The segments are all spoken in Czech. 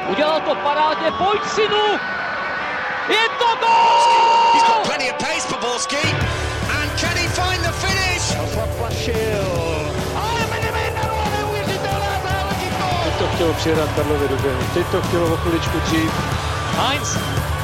Udělal to parádně, pojď synu! Je to gól! He's got plenty of pace for Borski. And can he find the finish? Ale Medvedev, neuvěřitelná záležitost! Teď to chtělo přijedat Karlově do běhu, teď to chtělo o chviličku dřív. Heinz!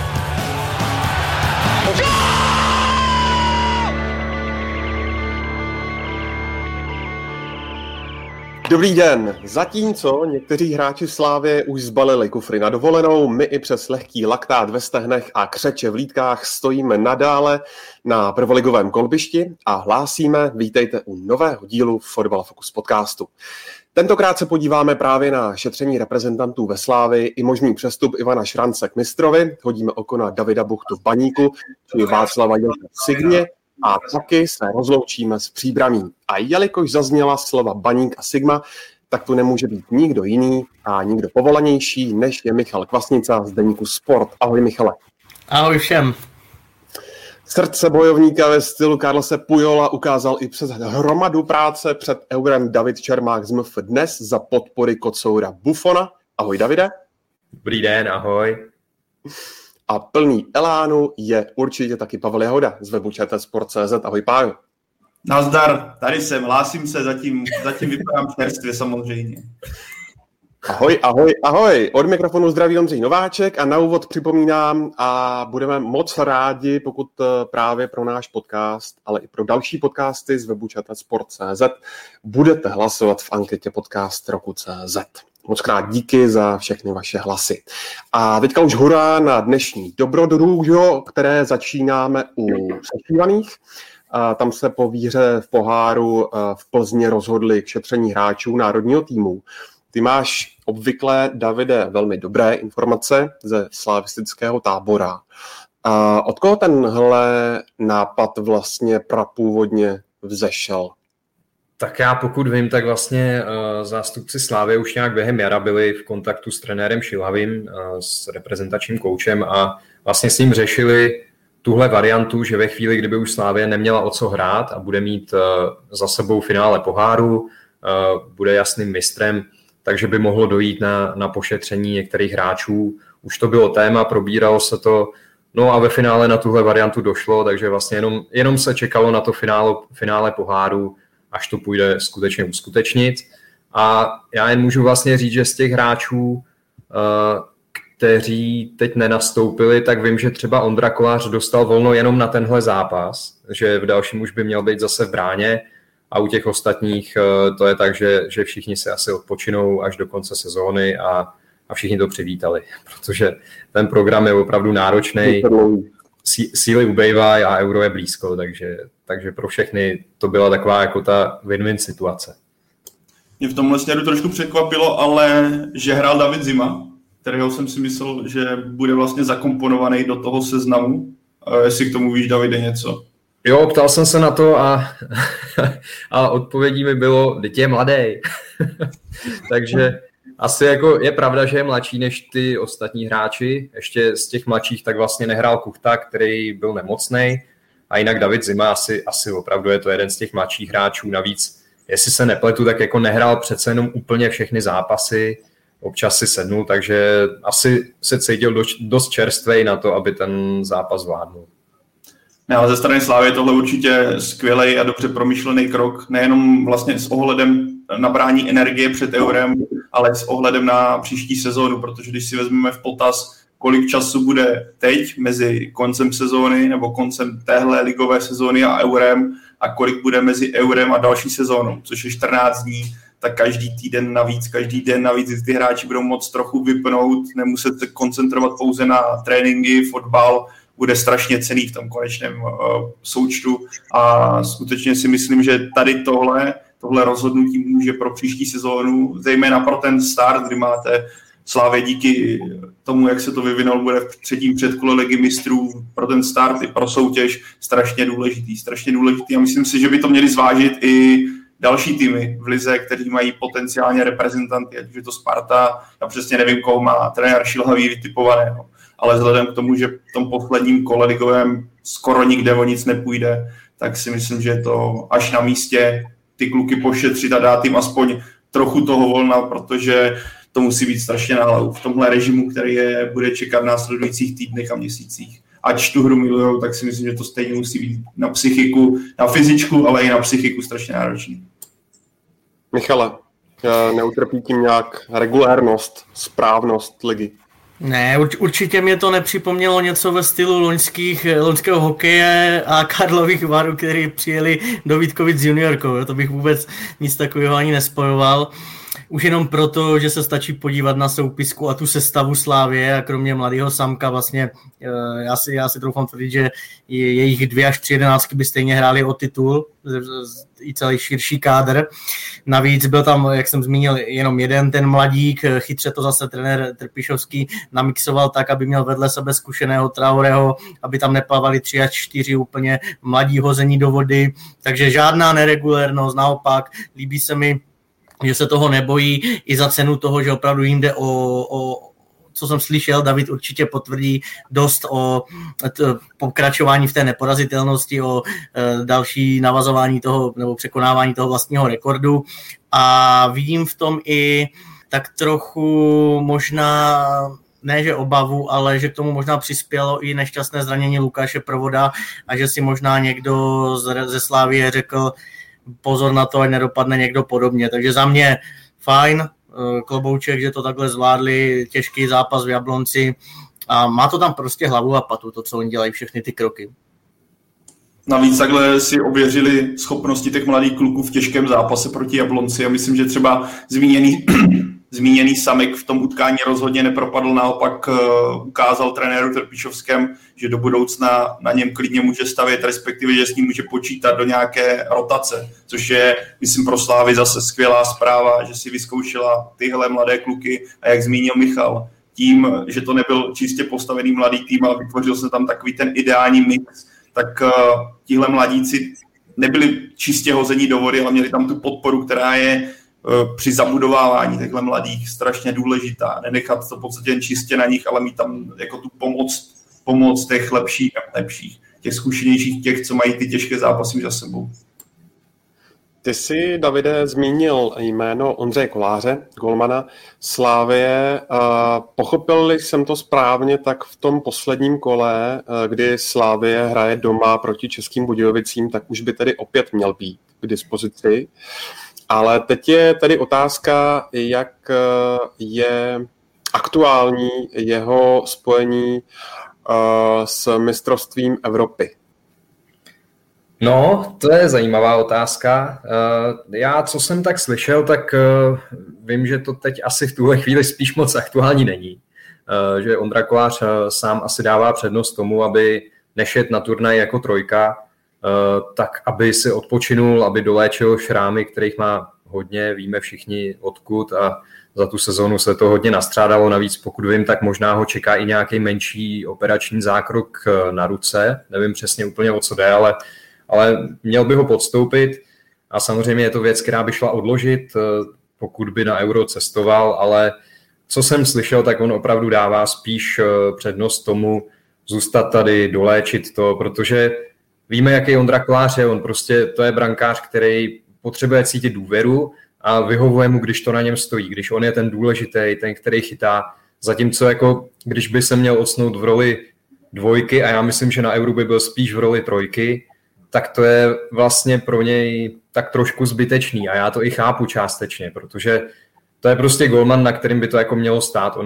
Dobrý den. Zatímco někteří hráči Slávie už zbalili kufry na dovolenou, my i přes lehký laktát ve stehnech a křeče v lítkách stojíme nadále na prvoligovém kolbišti a hlásíme, vítejte u nového dílu Fotbal Focus podcastu. Tentokrát se podíváme právě na šetření reprezentantů ve Slávii i možný přestup Ivana Šrance k mistrovi, hodíme oko na Davida Buchtu v Baníku, či Václava Jelka v Signě, a taky se rozloučíme s Příbramí. A jelikož zazněla slova Baník a Sigma, tak tu nemůže být nikdo jiný a nikdo povolanější, než je Michal Kvasnica z deníku Sport. Ahoj Michale. Ahoj všem. Srdce bojovníka ve stylu Carlose Pujola ukázal i přes hromadu práce před Eurem David Čermák z MF dnes za podpory kocoura Buffona. Ahoj Davide. Dobrý den, ahoj. A plný elánu je určitě taky Pavel Jahoda z webu čtsport.cz. Ahoj Pájo. Nazdar, tady jsem, hlásím se, zatím vypadám čerstvě samozřejmě. Ahoj. Od mikrofonu zdraví Ondřej Nováček a na úvod připomínám a budeme moc rádi, pokud právě pro náš podcast, ale i pro další podcasty z webu čtsport.cz budete hlasovat v anketě podcast roku.cz. Moc krát díky za všechny vaše hlasy. A teďka už hurá na dnešní dobrodružo, které začínáme u přešívaných. Tam se po výhře v poháru v Plzni rozhodli k šetření hráčů národního týmu. Ty máš obvykle, Davide, velmi dobré informace ze slavistického tábora. Od koho tenhle nápad vlastně prapůvodně vzešel? Tak já pokud vím, tak vlastně zástupci Slávy už nějak během jara byli v kontaktu s trenérem Šilhavým, s reprezentačním koučem a vlastně s ním řešili tuhle variantu, že ve chvíli, kdyby už Slávie neměla o co hrát a bude mít za sebou finále poháru, bude jasným mistrem, takže by mohlo dojít na pošetření některých hráčů. Už to bylo téma, probíralo se to, no a ve finále na tuhle variantu došlo, takže vlastně jenom se čekalo na to finále poháru, až to půjde skutečně uskutečnit. A já jen můžu vlastně říct, že z těch hráčů, kteří teď nenastoupili, tak vím, že třeba Ondra Kolář dostal volno jenom na tenhle zápas, že v dalším už by měl být zase v bráně a u těch ostatních to je tak, že všichni se asi odpočinou až do konce sezóny a všichni to přivítali, protože ten program je opravdu náročný, síly ubejvají a euro je blízko, takže pro všechny to byla taková jako ta win-win situace. Mě v tomhle směru trošku překvapilo, ale že hrál David Zima, kterého jsem si myslel, že bude vlastně zakomponovaný do toho seznamu. Jestli k tomu víš, Davide, něco? Jo, ptal jsem se na to a odpovědí mi bylo, teď je mladý. Takže asi jako je pravda, že je mladší než ty ostatní hráči. Ještě z těch mladších tak vlastně nehrál Kuchta, který byl nemocnej. A jinak David Zima asi opravdu je to jeden z těch mladších hráčů. Navíc, jestli se nepletu, tak jako nehrál přece jenom úplně všechny zápasy. Občas si sednul, takže asi se cítil dost čerstvej na to, aby ten zápas zvládnul. Ne, ale ze strany Slávy je tohle určitě skvělej a dobře promyšlený krok, nejenom vlastně s ohledem na brání energie před eurem, ale s ohledem na příští sezónu, protože když si vezmeme v potaz, kolik času bude teď mezi koncem sezóny nebo koncem téhle ligové sezóny a eurem a kolik bude mezi eurem a další sezónou, což je 14 dní, tak každý den navíc ty hráči budou moct trochu vypnout, nemuset se koncentrovat pouze na tréninky, fotbal, bude strašně cenný v tom konečném součtu a skutečně si myslím, že tady tohle rozhodnutí může pro příští sezónu, zejména pro ten start, kdy máte Slávě díky tomu, jak se to vyvinulo, bude v třetím předkole Ligy mistrů pro ten start i pro soutěž strašně důležitý a myslím si, že by to měli zvážit i další týmy v lize, kteří mají potenciálně reprezentanty, ať už je to Sparta, já přesně nevím, koho má trenér Šilhavý vytipovaného, ale vzhledem k tomu, že v tom posledním kole ligovém skoro nikde o nic nepůjde, tak si myslím, že je to až na místě ty kluky pošetřit a dát jim aspoň trochu toho volna, protože to musí být strašně na hlavu v tomhle režimu, který je bude čekat v následujících týdnech a měsících. Ač tu hru milujou, tak si myslím, že to stejně musí být na psychiku, na fyzičku, ale i na psychiku strašně náročný. Michale, neutrpí tím nějak regulérnost, správnost ligy? Ne, určitě mě to nepřipomnělo něco ve stylu loňského hokeje a Karlových Varů, který přijeli do Vítkovic s juniorkou. To bych vůbec nic takového ani nespojoval. Už jenom proto, že se stačí podívat na soupisku a tu sestavu Slávie a kromě mladého Samka vlastně, já si troufám tvrdit, že jejich 2 až 3 jedenáctky by stejně hráli o titul, i celý širší kádr. Navíc byl tam, jak jsem zmínil, jenom jeden ten mladík, chytře to zase trenér Trpišovský namixoval tak, aby měl vedle sebe zkušeného Traoreho, aby tam neplavali 3 až 4 úplně mladí hození do vody, takže žádná neregulérnost, naopak líbí se mi, že se toho nebojí i za cenu toho, že opravdu jim jde o co jsem slyšel, David určitě potvrdí dost o pokračování v té neporazitelnosti, o další navazování toho nebo překonávání toho vlastního rekordu a vidím v tom i tak trochu možná ne, že obavu, ale že k tomu možná přispělo i nešťastné zranění Lukáše Provoda a že si možná někdo ze Slávie řekl pozor na to, ať nedopadne někdo podobně. Takže za mě fajn, klobouček, že to takhle zvládli, těžký zápas v Jablonci a má to tam prostě hlavu a patu, to, co oni dělají, všechny ty kroky. Navíc takhle si ověřili schopnosti těch mladých kluků v těžkém zápase proti Jablonci a myslím, že třeba zmíněný Samek v tom utkání rozhodně nepropadl, naopak ukázal trenéru Trpišovském, že do budoucna na něm klidně může stavět, respektive, že s ním může počítat do nějaké rotace, což je, myslím, pro Slávy zase skvělá zpráva, že si vyzkoušela tyhle mladé kluky a jak zmínil Michal, tím, že to nebyl čistě postavený mladý tým, ale vytvořil se tam takový ten ideální mix, tak tihle mladíci nebyli čistě hození do vody, ale měli tam tu podporu, která je při zabudovávání těchto mladých strašně důležitá. Nenechat to v podstatě jen čistě na nich, ale mít tam jako tu pomoc těch lepších, těch zkušenějších, těch, co mají ty těžké zápasy za sebou. Ty jsi, Davide, zmínil jméno Ondřeje Koláře, golmana Slávie. Pochopil jsem to správně, tak v tom posledním kole, kdy Slávie hraje doma proti Českým Budějovicím, tak už by tedy opět měl být k dispozici. Ale teď je tady otázka, jak je aktuální jeho spojení s mistrovstvím Evropy. No, to je zajímavá otázka. Já, co jsem tak slyšel, tak vím, že to teď asi v tuhle chvíli spíš moc aktuální není. Že Ondra Kolář sám asi dává přednost tomu, aby nešet na turnaj jako trojka, tak aby si odpočinul, aby doléčil šrámy, kterých má hodně, víme všichni odkud a za tu sezónu se to hodně nastřádalo. Navíc pokud vím, tak možná ho čeká i nějaký menší operační zákrok na ruce. Nevím přesně úplně, o co jde, ale měl by ho podstoupit a samozřejmě je to věc, která by šla odložit, pokud by na Euro cestoval, ale co jsem slyšel, tak on opravdu dává spíš přednost tomu zůstat tady, doléčit to, protože víme, jaký Ondra Kolář je, on prostě to je brankář, který potřebuje cítit důvěru a vyhovuje mu, když to na něm stojí, když on je ten důležitý, ten, který chytá, zatímco jako když by se měl ocnout v roli dvojky a já myslím, že na Euro by byl spíš v roli trojky, tak to je vlastně pro něj tak trošku zbytečný a já to i chápu částečně, protože to je prostě golman, na kterým by to jako mělo stát.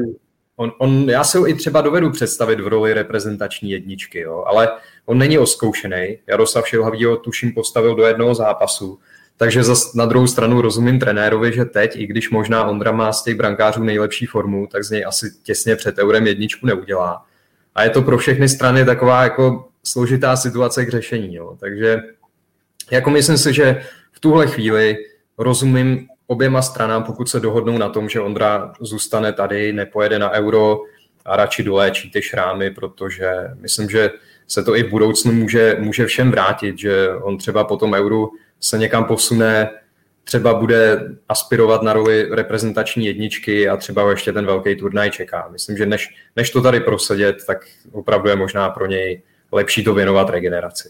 Já se ho i třeba dovedu představit v roli reprezentační jedničky, jo, ale on není oskoušený. Jaroslav Šilhavý ho tuším postavil do jednoho zápasu, takže zas na druhou stranu rozumím trenérovi, že teď, i když možná Ondra má z těch brankářů nejlepší formu, tak z něj asi těsně před Eurem jedničku neudělá. A je to pro všechny strany taková jako složitá situace k řešení. Jo. Takže jako myslím si, že v tuhle chvíli rozumím oběma stranám, pokud se dohodnou na tom, že Ondra zůstane tady, nepojede na Euro a radši doléčí ty šrámy, protože myslím, že se to i v budoucnu může všem vrátit, že on třeba po tom Euru se někam posune, třeba bude aspirovat na roli reprezentační jedničky a třeba ho ještě ten velký turnaj čeká. Myslím, že než to tady prosedět, tak opravdu je možná pro něj lepší to věnovat regeneraci.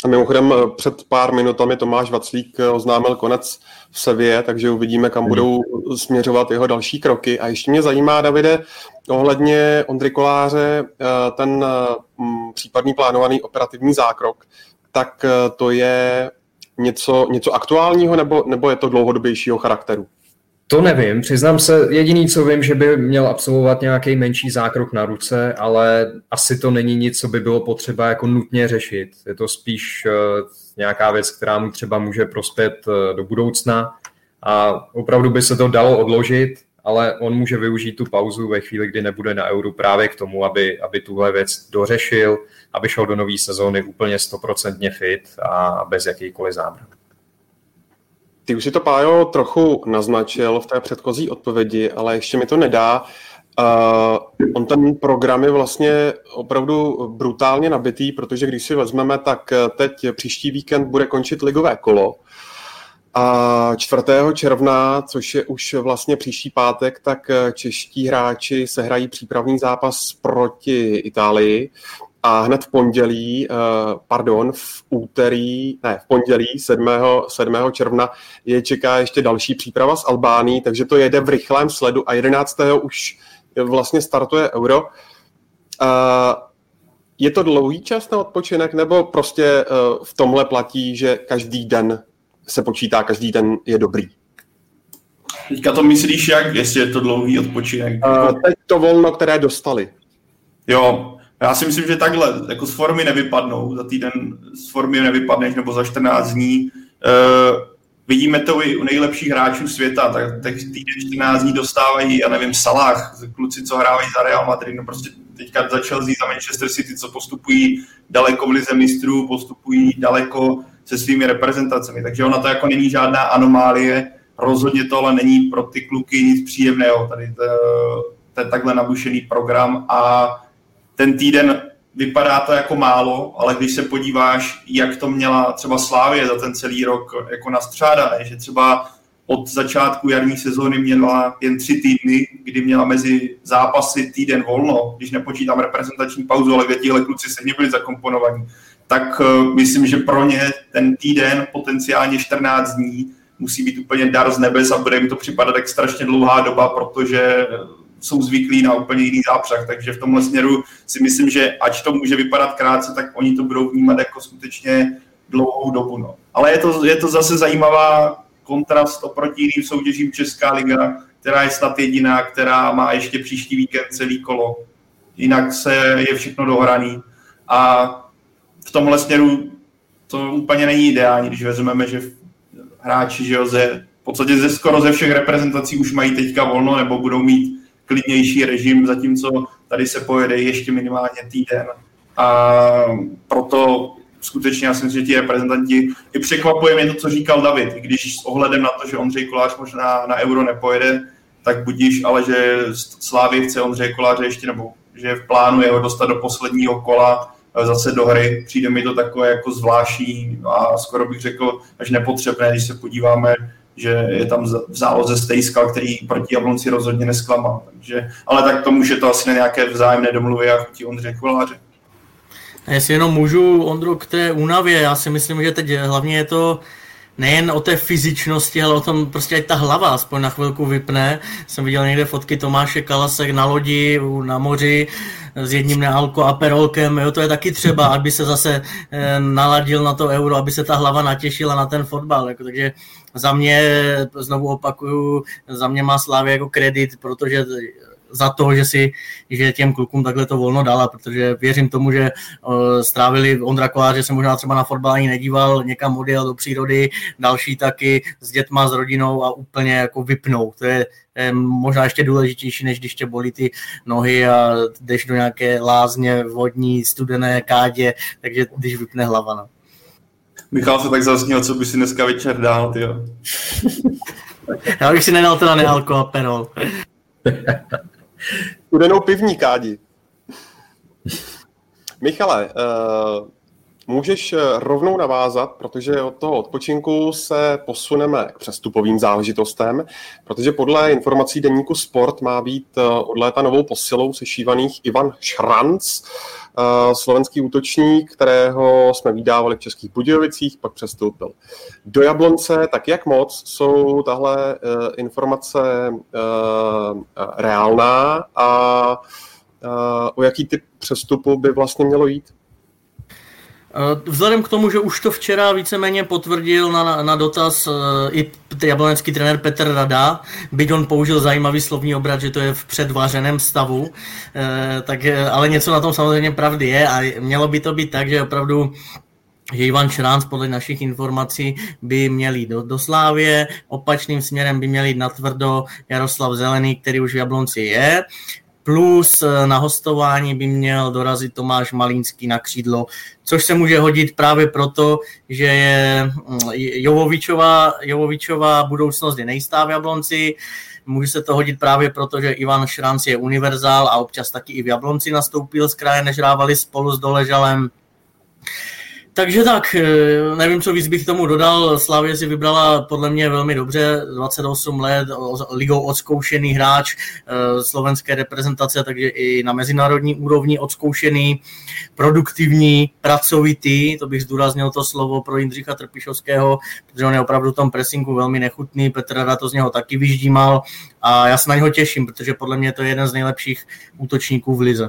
A mimochodem před pár minutami Tomáš Vaclík oznámil konec v Sevě, takže uvidíme, kam budou směřovat jeho další kroky. A ještě mě zajímá, Davide, ohledně Ondry Koláře, ten případný plánovaný operativní zákrok, tak to je něco aktuálního nebo je to dlouhodobějšího charakteru? To nevím, přiznám se, jediný, co vím, že by měl absolvovat nějaký menší zákrok na ruce, ale asi to není nic, co by bylo potřeba jako nutně řešit. Je to spíš nějaká věc, která mu třeba může prospět do budoucna a opravdu by se to dalo odložit, ale on může využít tu pauzu ve chvíli, kdy nebude na Euru právě k tomu, aby tuhle věc dořešil, aby šel do nové sezóny úplně 100% fit a bez jakýkoliv zábran. Ty už si to, Pájo, trochu naznačil v té předchozí odpovědi, ale ještě mi to nedá. On ten program je vlastně opravdu brutálně nabitý, protože když si vezmeme, tak teď příští víkend bude končit ligové kolo. A 4. června, což je už vlastně příští pátek, tak čeští hráči sehrají přípravný zápas proti Itálii. A hned v pondělí 7. června je čeká ještě další příprava s Albánií, takže to jede v rychlém sledu a 11. už vlastně startuje Euro. Je to dlouhý čas na odpočinek, nebo prostě v tomhle platí, že každý den se počítá, každý den je dobrý? Teďka to myslíš jak, jestli je to dlouhý odpočinek? Teď to volno, které dostali. Jo, já si myslím, že takhle, jako z formy nevypadnou, za týden z formy nevypadneš, nebo za 14 dní. Vidíme to i u nejlepších hráčů světa, tak týden 14 dní dostávají, já nevím, Salah, kluci, co hrávají za Real Madrid, no prostě teďka za Chelsea, za Manchester City, co postupují daleko v lize mistrů, postupují daleko se svými reprezentacemi, takže ona to jako není žádná anomálie, rozhodně to ale není pro ty kluky nic příjemného, tady ten takhle nabušený program a ten týden vypadá to jako málo, ale když se podíváš, jak to měla třeba Slavie za ten celý rok jako nastřádané, že třeba od začátku jarní sezóny měla jen 3 týdny, kdy měla mezi zápasy týden volno, když nepočítám reprezentační pauzu, ale kde tihle kluci se nebyli zakomponovaní, tak myslím, že pro ně ten týden, potenciálně 14 dní, musí být úplně dar z nebes a bude jim to připadat jak strašně dlouhá doba, protože jsou zvyklí na úplně jiný zápřah, takže v tomhle směru si myslím, že ač to může vypadat krátce, tak oni to budou vnímat jako skutečně dlouhou dobu. No. Ale je to zase zajímavá kontrast oproti jiným soutěžím Česká liga, která je snad jediná, která má ještě příští víkend celý kolo. Jinak je všechno dohraný. A v tomhle směru to úplně není ideální, když vezmeme, že hráči, že v podstatě skoro ze všech reprezentací už mají teďka volno nebo budou mít klidnější režim, zatímco tady se pojede ještě minimálně týden. A proto skutečně já si myslím, že ti reprezentanti i překvapuje mě to, co říkal David, i když s ohledem na to, že Ondřej Kolář možná na Euro nepojede, tak budíš, ale že Slavie chce Ondřeje Koláře ještě, nebo že v plánu je ho dostat do posledního kola zase do hry. Přijde mi to takové jako zvláštní a skoro bych řekl až nepotřebné, když se podíváme, že je tam v záloze Stejskal, který proti Jablonci rozhodně nesklamal. Takže, ale tak to může to asi na nějaké vzájemné domluvy a chutí Ondřeje Koláře. Jestli jenom můžu, Ondro, k té únavě, já si myslím, že teď hlavně je to nejen o té fyzičnosti, ale o tom prostě ať ta hlava aspoň na chvilku vypne. Jsem viděl někde fotky Tomáše Kalasek na lodi, na moři s jedním nealko aperolkem, jo, to je taky třeba, aby se zase naladil na to Euro, aby se ta hlava natěšila na ten fotbal, jako, takže za mě, znovu opakuju, za mě má Slavia jako kredit, protože za to, že těm klukům takhle to volno dala, protože věřím tomu, že strávili Ondra Kolář, že se možná třeba na fotbal ani nedíval, někam odjel do přírody, další taky s dětma, s rodinou a úplně jako vypnou. To je možná ještě důležitější, než když tě bolí ty nohy a jdeš do nějaké lázně vodní, studené kádě, takže když vypne hlava. No. Michal se tak zasněl, co by si dneska večer dál, tyjo. Já bych si nedal teda nealko a perol. Studenou pivní kádi. Michale, můžeš rovnou navázat, protože od toho odpočinku se posuneme k přestupovým záležitostem, protože podle informací deníku Sport má být od léta novou posilou sešívaných Ivan Šranc, slovenský útočník, kterého jsme vydávali v Českých Budějovicích, pak přestoupil do Jablonce. Tak jak moc jsou tahle informace reálná a o jaký typ přestupu by vlastně mělo jít? Vzhledem k tomu, že už to včera víceméně potvrdil na dotaz i jablonecký trenér Petr Rada, byť on použil zajímavý slovní obrat, že to je v předvařeném stavu, tak, ale něco na tom samozřejmě pravdy je a mělo by to být tak, že opravdu že Ivan Šranc podle našich informací by měl jít do Slávie, opačným směrem by měl jít natvrdo Jaroslav Zelený, který už v Jablonci je, plus na hostování by měl dorazit Tomáš Malínský na křídlo, což se může hodit právě proto, že je Jovovičová budoucnost je nejistá v Jablonci. Může se to hodit právě proto, že Ivan Šranc je univerzál a občas taky i v Jablonci nastoupil z kraje, než hrávali spolu s Doležalem. Takže tak, nevím, co víc bych tomu dodal. Slavie si vybrala podle mě velmi dobře, 28 let, ligou odzkoušený hráč slovenské reprezentace, takže i na mezinárodní úrovni odzkoušený, produktivní, pracovitý, to bych zdůraznil to slovo pro Jindřicha Trpišovského, protože on je opravdu v tom pressingu velmi nechutný, Petr Rada to z něho taky vyždímal a já se na něho těším, protože podle mě to je jeden z nejlepších útočníků v lize.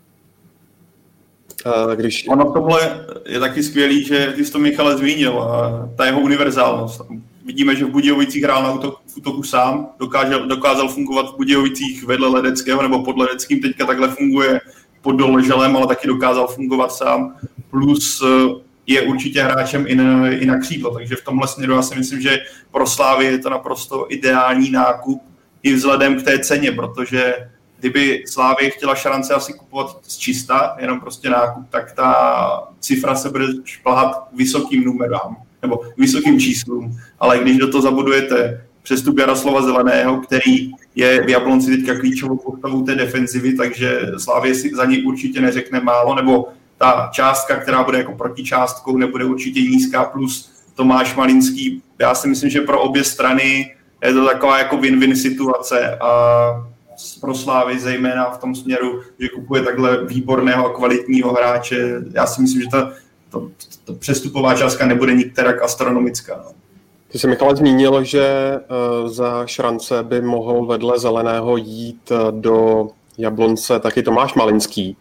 Ono v tomhle je taky skvělý, že ty jsi to Michale zmínil, a ta jeho univerzálnost. Vidíme, že v Budějovicích hrál na útoku sám, dokázal fungovat v Budějovicích vedle Ledeckého nebo pod Ledeckým, teďka takhle funguje pod Doležalem, ale taky dokázal fungovat sám, plus je určitě hráčem i na křídlo, takže v tomhle směru já si myslím, že pro Slávy je to naprosto ideální nákup i vzhledem k té ceně, protože kdyby Slávie chtěla Šrance asi kupovat z čista, jenom prostě nákup, tak ta cifra se bude šplhat vysokým numerám, nebo vysokým číslům. Ale když do toho zabudujete přestup Jaroslava Zeleného, který je v Jablonci teďka klíčovou postavou té defenzivy, takže Slávie si za něj určitě neřekne málo, nebo ta částka, která bude jako protičástkou, nebude určitě nízká, plus Tomáš Malinský. Já si myslím, že pro obě strany je to taková jako win-win situace a pro Slávy zejména v tom směru, že kupuje takhle výborného a kvalitního hráče. Já si myslím, že ta přestupová částka nebude nikterak astronomická. No. Ty jsi, Michale, zmínil, že za Šrance by mohl vedle Zeleného jít do Jablonce taky Tomáš Malinský.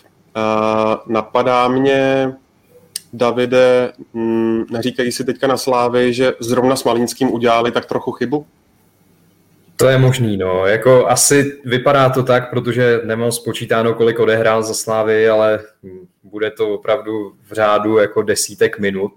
Napadá mě, Davide, neříkají si teďka na Slávy, že zrovna s Malinským udělali tak trochu chybu? To je možný, no. Jako asi vypadá to tak, protože nemám spočítáno, kolik odehrál za Slávy, ale bude to opravdu v řádu jako desítek minut.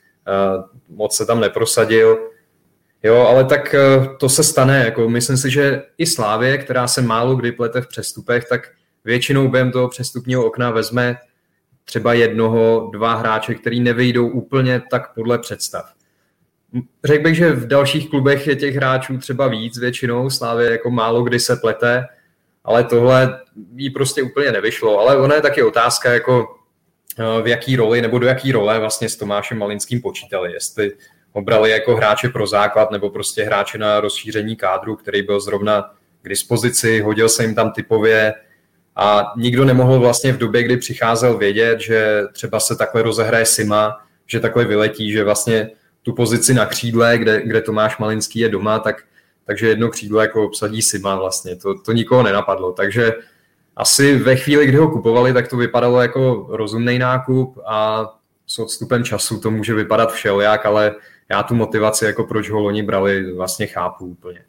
Moc se tam neprosadil. Jo, ale tak to se stane. Jako myslím si, že i Slávie, která se málo kdy plete v přestupech, tak většinou během toho přestupního okna vezme třeba 1-2 hráče, který nevyjdou úplně tak podle představ. Řekl bych, že v dalších klubech je těch hráčů třeba víc většinou, Slávě jako málo kdy se plete, ale tohle jí prostě úplně nevyšlo. Ale ona je taky otázka, jako v jaký roli nebo do jaký role vlastně s Tomášem Malinským počítali. Jestli ho brali jako hráče pro základ nebo prostě hráče na rozšíření kádru, který byl zrovna k dispozici, hodil se jim tam typově a nikdo nemohl vlastně v době, kdy přicházel, vědět, že třeba se takhle rozehraje Sima, že takhle vyletí, že vlastně tu pozici na křídle, kde Tomáš Malinský je doma, takže jedno křídlo jako obsadí Sima vlastně. To nikoho nenapadlo. Takže asi ve chvíli, kdy ho kupovali, tak to vypadalo jako rozumný nákup a s odstupem času to může vypadat všelijak, ale já tu motivaci, jako proč ho loni brali, vlastně chápu úplně.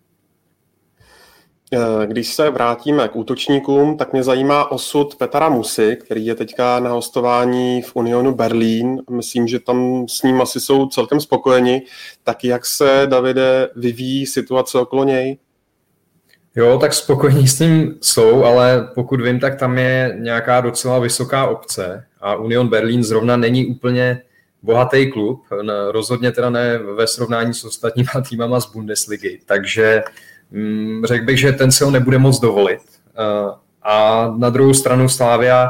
Když se vrátíme k útočníkům, tak mě zajímá osud Petra Musy, který je teďka na hostování v Unionu Berlín. Myslím, že tam s ním asi jsou celkem spokojeni. Tak jak se, Davide, vyvíjí situace okolo něj? Jo, tak spokojení s ním jsou, ale pokud vím, tak tam je nějaká docela vysoká opce a Union Berlín zrovna není úplně bohatý klub, rozhodně teda ne ve srovnání s ostatníma týmama z Bundesligy, takže řekl bych, že ten si ho nebude moc dovolit. A na druhou stranu Slavia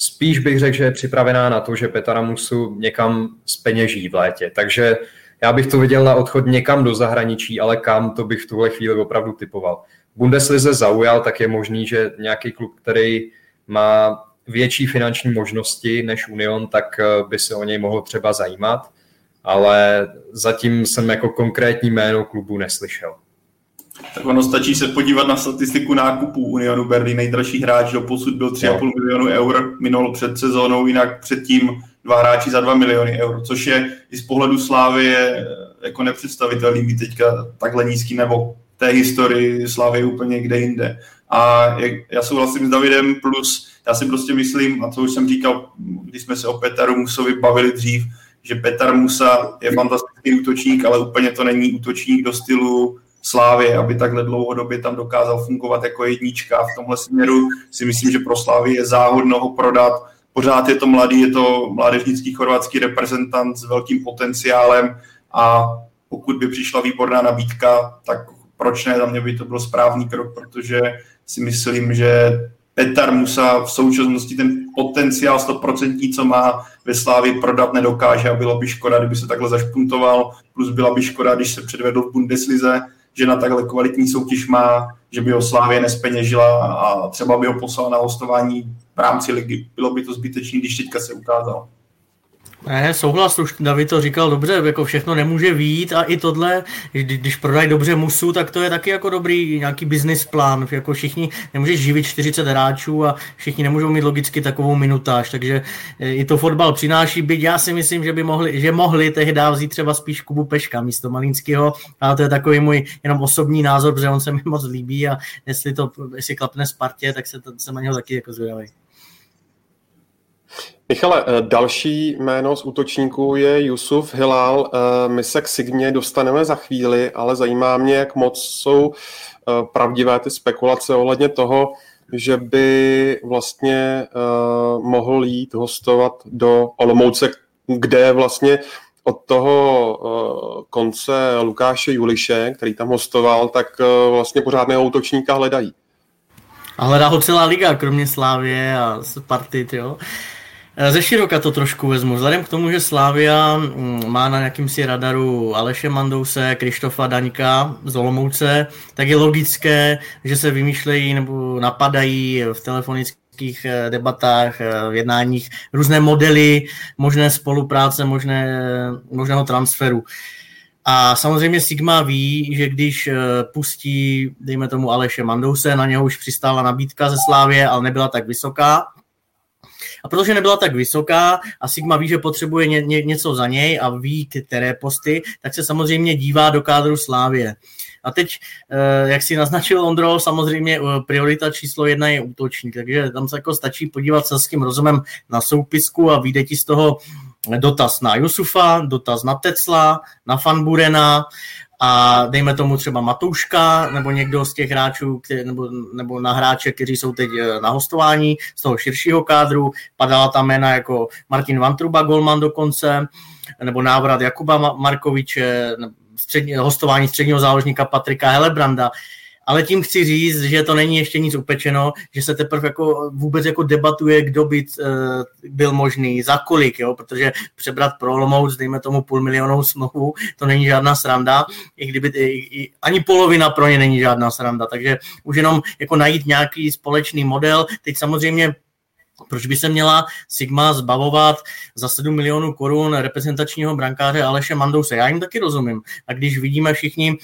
spíš bych řekl, že je připravená na to, že Petaramusu někam zpeněží v létě. Takže já bych to viděl na odchod někam do zahraničí, ale kam, to bych v tuhle chvíli opravdu typoval. Bundeslize zaujal, tak je možný, že nějaký klub, který má větší finanční možnosti než Union, tak by se o něj mohl třeba zajímat, ale zatím jsem jako konkrétní jméno klubu neslyšel. Tak ono stačí se podívat na statistiku nákupů Unionu Berlin. Nejdražší hráč doposud byl 3,5 milionu eur, minul před sezónou, jinak předtím 2 hráči za 2 miliony eur, což je i z pohledu Slavie jako nepředstavitelný být teďka takhle nízký, nebo v té historii Slavie úplně kde jinde. A já souhlasím s Davidem, plus já si prostě myslím, a to už jsem říkal, když jsme se o Petaru Musovi bavili dřív, že Petar Musa je fantastický útočník, ale úplně to není útočník do stylu Slávie, aby takhle dlouhodobě tam dokázal fungovat jako jednička. V tomhle směru si myslím, že pro Slávii je záhodno ho prodat. Pořád je to mladý, je to mládežnický chorvatský reprezentant s velkým potenciálem a pokud by přišla výborná nabídka, tak proč ne, za mě by to byl správný krok, protože si myslím, že Petar Musa v současnosti ten potenciál 100%, co má ve Slávii, prodat nedokáže a bylo by škoda, kdyby se takhle zašpuntoval, plus byla by škoda, když se předvedl v Bundeslize, že na takhle kvalitní soutěž má, že by ho Slávie nespeněžila a třeba by ho poslala na hostování v rámci ligy. Bylo by to zbytečný, když teďka se ukázal. Ne, souhlas, už David to říkal dobře, jako všechno nemůže vyjít a i tohle, když prodají dobře Musu, tak to je taky jako dobrý nějaký business plán, jako všichni nemůžeš živit 40 hráčů a všichni nemůžou mít logicky takovou minutáž, takže i to fotbal přináší, byť já si myslím, že mohli tehdy vzít třeba spíš Kubu Peška místo Malinského, ale to je takový můj jenom osobní názor, protože on se mi moc líbí a jestli klapne Spartě, tak jsem na něho taky jako zvědavý. Michale, další jméno z útočníků je Yusuf Hilal. My se k Sigmě dostaneme za chvíli, ale zajímá mě, jak moc jsou pravdivé ty spekulace ohledně toho, že by vlastně mohl jít hostovat do Olomouce, kde vlastně od toho konce Lukáše Juliše, který tam hostoval, tak vlastně pořádného útočníka hledají. A hledá ho celá liga, kromě Slávie a Sparty, jo. Ze široka to trošku vezmu. Vzhledem k tomu, že Slavia má na jakýmsi radaru Aleše Mandouse, Krištofa Daňka z Olomouce, tak je logické, že se vymýšlejí nebo napadají v telefonických debatách, v jednáních různé modely, možné spolupráce, možného transferu. A samozřejmě Sigma ví, že když pustí, dejme tomu Aleše Mandouse, na něho už přistála nabídka ze Slavie, ale nebyla tak vysoká. A protože nebyla tak vysoká a Sigma ví, že potřebuje něco za něj a ví, které posty, tak se samozřejmě dívá do kádru Slavie. A teď, jak si naznačil Ondro, samozřejmě priorita číslo 1 je útočník, takže tam se jako stačí podívat selským rozumem na soupisku a vyjde ti z toho dotaz na Jusufa, dotaz na Tecla, na Van a dejme tomu třeba Matouška nebo někdo z těch hráčů, nebo na hráče, kteří jsou teď na hostování z toho širšího kádru. Padala tam jména jako Martin Vantruba, golman dokonce, nebo návrat Jakuba Markoviče, hostování středního záložníka Patrika Helebranda. Ale tím chci říct, že to není ještě nic upečeno, že se teprve jako vůbec jako debatuje, kdo by byl možný, za kolik, jo? Protože přebrat pro Olomouc, dejme tomu 500 000 smlouvu, to není žádná sranda, i kdyby ani polovina pro ně není žádná sranda, takže už jenom jako najít nějaký společný model. Teď samozřejmě proč by se měla Sigma zbavovat za 7 milionů korun reprezentačního brankáře Aleše Mandouse? Já jim taky rozumím. A když vidíme všichni,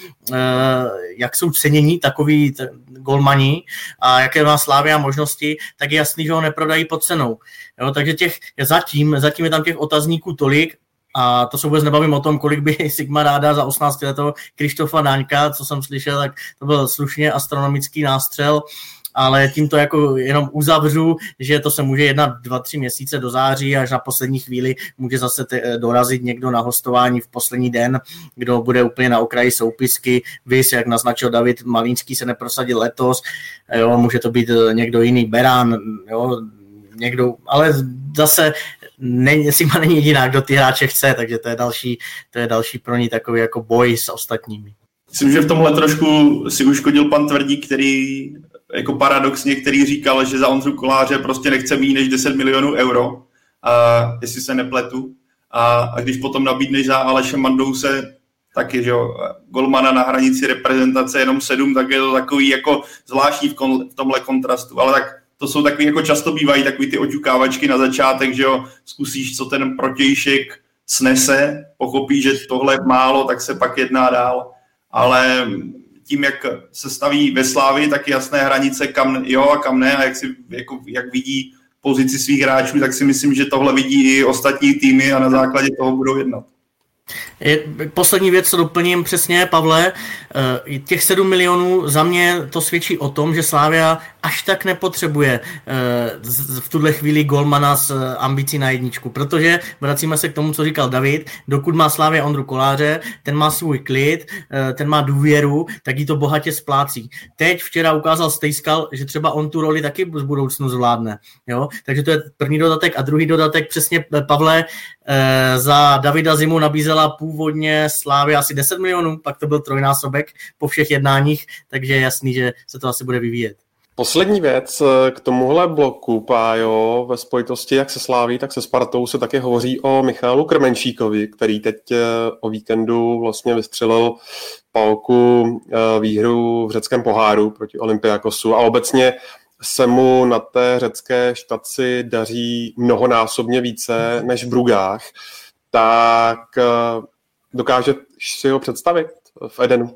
jak jsou cenění takový golmani a jaké má Slavia možnosti, tak je jasný, že ho neprodají pod cenou. Jo, takže zatím je tam těch otazníků tolik, a to se vůbec nebavím o tom, kolik by Sigma ráda za 18 letého Krištofa Daňka, co jsem slyšel, tak to byl slušně astronomický nástřel, ale tím to jako jenom uzavřu, že to se může jednat 2-3 měsíce do září, až na poslední chvíli může zase dorazit někdo na hostování v poslední den, kdo bude úplně na okraji soupisky. Vys, jak naznačil David, Malínský se neprosadil letos, jo, může to být někdo jiný, Beran, jo, někdo, ale zase Sigma není jediná, kdo ty hráče chce, takže to je další pro ní takový jako boj s ostatními. Myslím, že v tomhle trošku si uškodil pan Tvrdík, který jako paradoxně, který říkal, že za Ondru Koláře prostě nechce méně než 10 milionů euro, jestli se nepletu. A když potom nabídneš za Aleše Mandouse taky, že jo, golmana na hranici reprezentace jenom 7, tak je to takový jako zvláštní v tomhle kontrastu. Ale tak to jsou takový, jako často bývají takový ty oťukávačky na začátek, že jo, zkusíš, co ten protějšek snese, pochopí, že tohle je málo, tak se pak jedná dál. Ale tím, jak se staví ve Slávii, tak jasné hranice, kam jo a kam ne, a jak vidí pozici svých hráčů, tak si myslím, že tohle vidí i ostatní týmy a na základě toho budou jednat. Poslední věc, co doplním přesně, Pavle, těch 7 milionů za mě to svědčí o tom, že Slavia až tak nepotřebuje v tuhle chvíli golmana s ambicí na jedničku, protože vracíme se k tomu, co říkal David, dokud má Slavia Ondru Koláře, ten má svůj klid, ten má důvěru, tak jí to bohatě splácí. Teď včera ukázal Stejskal, že třeba on tu roli taky v budoucnu zvládne. Jo? Takže to je první dodatek a druhý dodatek, přesně Pavle, za Davida Zimu nabízela původně Slavia asi 10 milionů, pak to byl trojnásobek po všech jednáních, takže je jasný, že se to asi bude vyvíjet. Poslední věc k tomuhle bloku, Pájo, ve spojitosti jak se Slaví, tak se Spartou se taky hovoří o Michalu Krmenčíkovi, který teď o víkendu vlastně vystřelil pálku výhru v řeckém poháru proti Olympiakosu a obecně se mu na té řecké štaci daří mnohonásobně více než v Brugách, tak dokáže si ho představit v Edenu?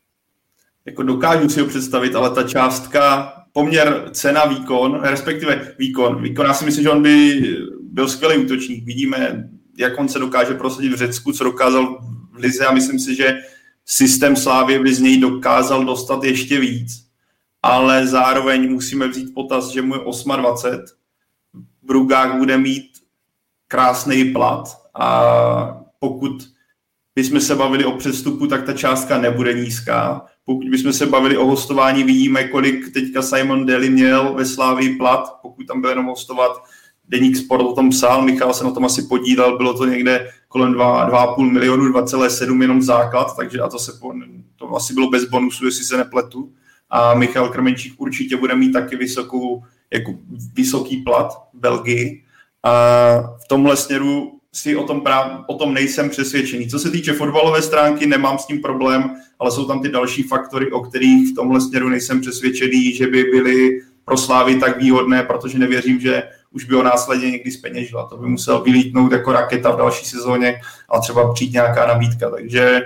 Jako dokážu si ho představit, ale ta částka, poměr cena výkon, respektive výkon, já si myslím, že on by byl skvělý útočník. Vidíme, jak on se dokáže prosadit v Řecku, co dokázal v lize a myslím si, že systém Slávie by z něj dokázal dostat ještě víc. Ale zároveň musíme vzít potaz, že mu je 28, v Brugách bude mít krásný plat a pokud bychom se bavili o přestupu, tak ta částka nebude nízká. Pokud bychom se bavili o hostování, vidíme, kolik teďka Simon Daly měl ve Slávii plat, pokud tam byl jenom hostovat. Deník Sport o tom psal, Michal se na tom asi podílel, bylo to někde kolem 2,5 milionu, 2,7 jenom základ, takže a to asi bylo bez bonusu, jestli se nepletu. A Michal Krmenčík určitě bude mít taky vysoký plat v Belgii. A v tomhle směru si o tom nejsem přesvědčený. Co se týče fotbalové stránky, nemám s tím problém, ale jsou tam ty další faktory, o kterých v tomhle směru nejsem přesvědčený, že by byly pro Slávy tak výhodné, protože nevěřím, že už by ho následně někdy zpeněžila. To by musel vylítnout jako raketa v další sezóně a třeba přijít nějaká nabídka. Takže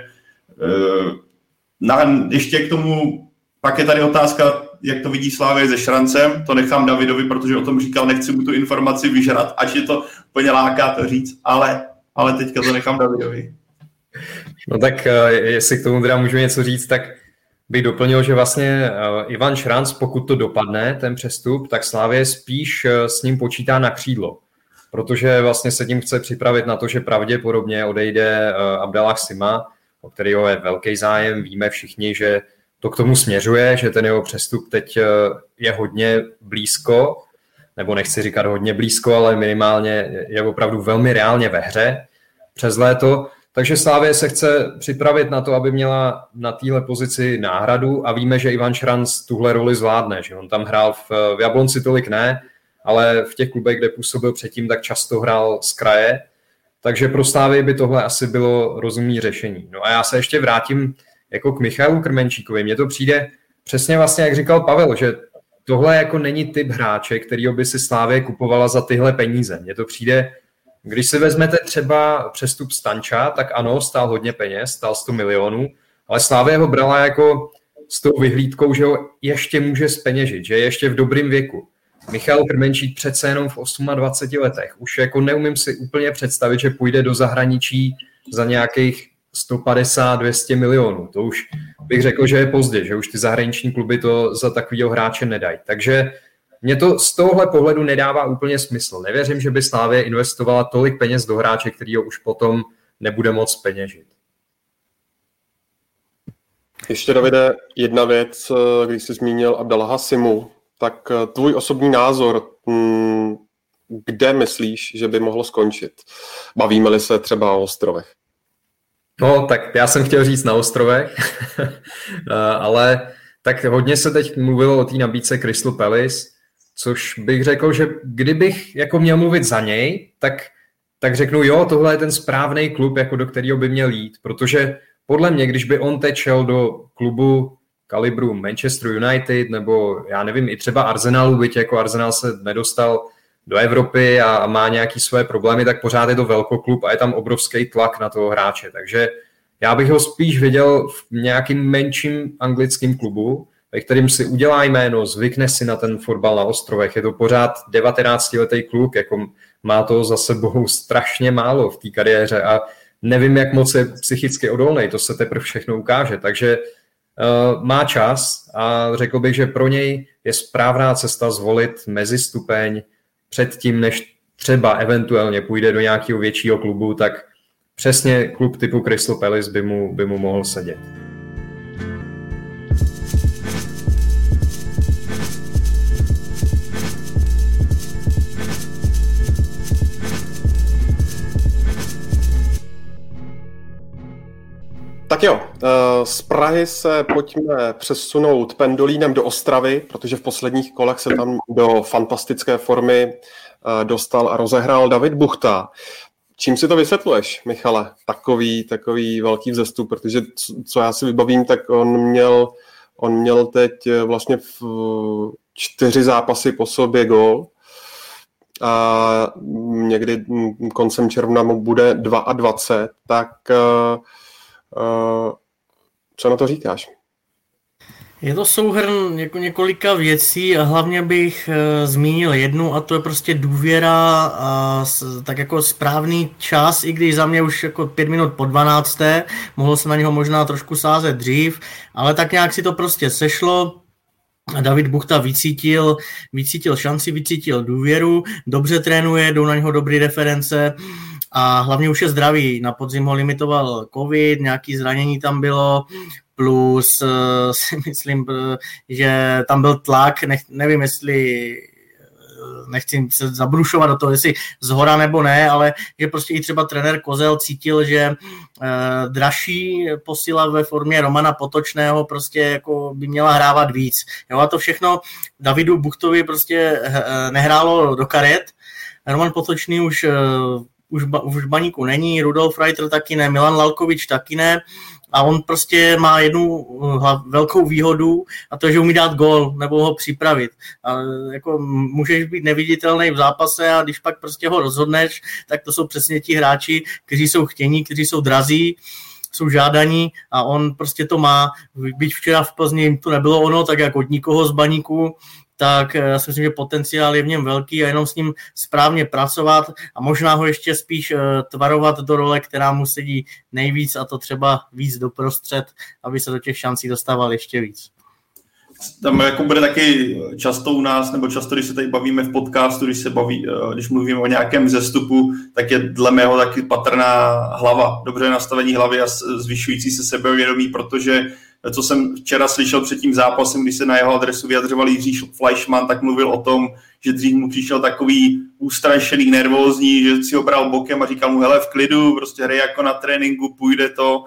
ještě k tomu pak je tady otázka, jak to vidí Slávě se Šrancem, to nechám Davidovi, protože o tom říkal, nechci mu tu informaci vyžrat, ať je to úplně láká to říct, ale teďka to nechám Davidovi. No tak jestli k tomu teda můžu něco říct, tak bych doplnil, že vlastně Ivan Šranc, pokud to dopadne, ten přestup, tak Slávě spíš s ním počítá na křídlo, protože vlastně se tím chce připravit na to, že pravděpodobně odejde Abdallah Sima, o kterého je velký zájem, víme všichni, že to k tomu směřuje, že ten jeho přestup teď je hodně blízko, nebo nechci říkat hodně blízko, ale minimálně je opravdu velmi reálně ve hře přes léto. Takže Slavie se chce připravit na to, aby měla na téhle pozici náhradu a víme, že Ivan Šranc tuhle roli zvládne, že on tam hrál v Jablonci tolik ne, ale v těch klubech, kde působil předtím, tak často hrál z kraje, takže pro Slavii by tohle asi bylo rozumné řešení. No a já se ještě vrátím jako k Michalu Krmenčíkovi. Mně to přijde přesně vlastně, jak říkal Pavel, že tohle jako není typ hráče, kterýho by si Slavie kupovala za tyhle peníze. Mně to přijde, když si vezmete třeba přestup Stanča, tak ano, stál hodně peněz, stál 100 milionů, ale Slavie ho brala jako s tou vyhlídkou, že ho ještě může zpeněžit, že je ještě v dobrým věku. Michal Krmenčík přece jenom v 28 letech. Už jako neumím si úplně představit, že půjde do zahraničí za nějakých 150-200 milionů. To už bych řekl, že je pozdě, že už ty zahraniční kluby to za takovýho hráče nedají. Takže mě to z tohohle pohledu nedává úplně smysl. Nevěřím, že by Slavie investovala tolik peněz do hráče, kterýho už potom nebude moc peněžit. Ještě, Davide, jedna věc, když jsi zmínil Abdallaha Simu, tak tvůj osobní názor, kde myslíš, že by mohlo skončit? Bavíme-li se třeba o ostrovech? No, tak já jsem chtěl říct na ostrovech, ale tak hodně se teď mluvilo o té nabídce Crystal Palace, což bych řekl, že kdybych jako měl mluvit za něj, tak řeknu, jo, tohle je ten správný klub, jako do kterého by měl jít, protože podle mě, když by on teď šel do klubu kalibru Manchester United, nebo já nevím, i třeba Arsenalu, byť jako Arsenal se nedostal do Evropy a má nějaké své problémy, tak pořád je to velkoklub a je tam obrovský tlak na toho hráče, takže já bych ho spíš viděl v nějakým menším anglickém klubu, ve kterým si udělá jméno, zvykne si na ten fotbal na ostrovech. Je to pořád 19letý kluk, jako má to za sebou strašně málo v té kariéře a nevím, jak moc je psychicky odolný, to se teprve všechno ukáže. Takže má čas a řekl bych, že pro něj je správná cesta zvolit mezistupeň předtím, než třeba eventuálně půjde do nějakého většího klubu, tak přesně klub typu Crystal Palace by mu mohl sedět. Tak jo, z Prahy se pojďme přesunout pendolínem do Ostravy, protože v posledních kolech se tam do fantastické formy dostal a rozehrál David Buchta. Čím si to vysvětluješ, Michale, takový velký vzestup, protože co já si vybavím, tak on měl teď vlastně v 4 zápasy po sobě gól a někdy koncem června mu bude 22, tak co na to říkáš? Je to souhrn jako několika věcí a hlavně bych zmínil jednu a to je prostě důvěra a tak jako správný čas, i když za mě už jako 5 minut po 12. Mohl se na něho možná trošku sázet dřív, ale tak nějak si to prostě sešlo. David Buchta vycítil šanci, vycítil důvěru, dobře trénuje, jdou na něho dobrý reference a hlavně už je zdravý. Na podzim ho limitoval covid, nějaký zranění tam bylo, plus si myslím, že tam byl tlak, nevím, jestli nechci se zabrušovat do toho, jestli zhora nebo ne, ale že prostě i třeba trenér Kozel cítil, že dražší posila ve formě Romana Potočného prostě jako by měla hrávat víc. Jo, a to všechno Davidu Buchtovi prostě nehrálo do karet. Roman Potočný už v Baníku není, Rudolf Reiter taky ne, Milan Lalkovič taky ne. A on prostě má jednu velkou výhodu a to je, že umí dát gól nebo ho připravit. A jako můžeš být neviditelný v zápase a když pak prostě ho rozhodneš, tak to jsou přesně ti hráči, kteří jsou chtění, kteří jsou drazí, jsou žádaní a on prostě to má. Byť včera v Plzni to nebylo ono, tak jak od nikoho z Baníku, tak já si myslím, že potenciál je v něm velký a jenom s ním správně pracovat a možná ho ještě spíš tvarovat do role, která mu sedí nejvíc a to třeba víc doprostřed, aby se do těch šancí dostával ještě víc. Tam jako bude taky často u nás, nebo často, když se tady bavíme v podcastu, když mluvíme o nějakém vzestupu, tak je dle mého taky patrná hlava, dobře nastavení hlavy a zvyšující se sebevědomí, protože co jsem včera slyšel před tím zápasem, když se na jeho adresu vyjadřoval Jiří Fleischmann, tak mluvil o tom, že dřív mu přišel takový ústrašený, nervózní, že si ho bral bokem a říkal mu, hele, v klidu, prostě hrej jako na tréninku, půjde to.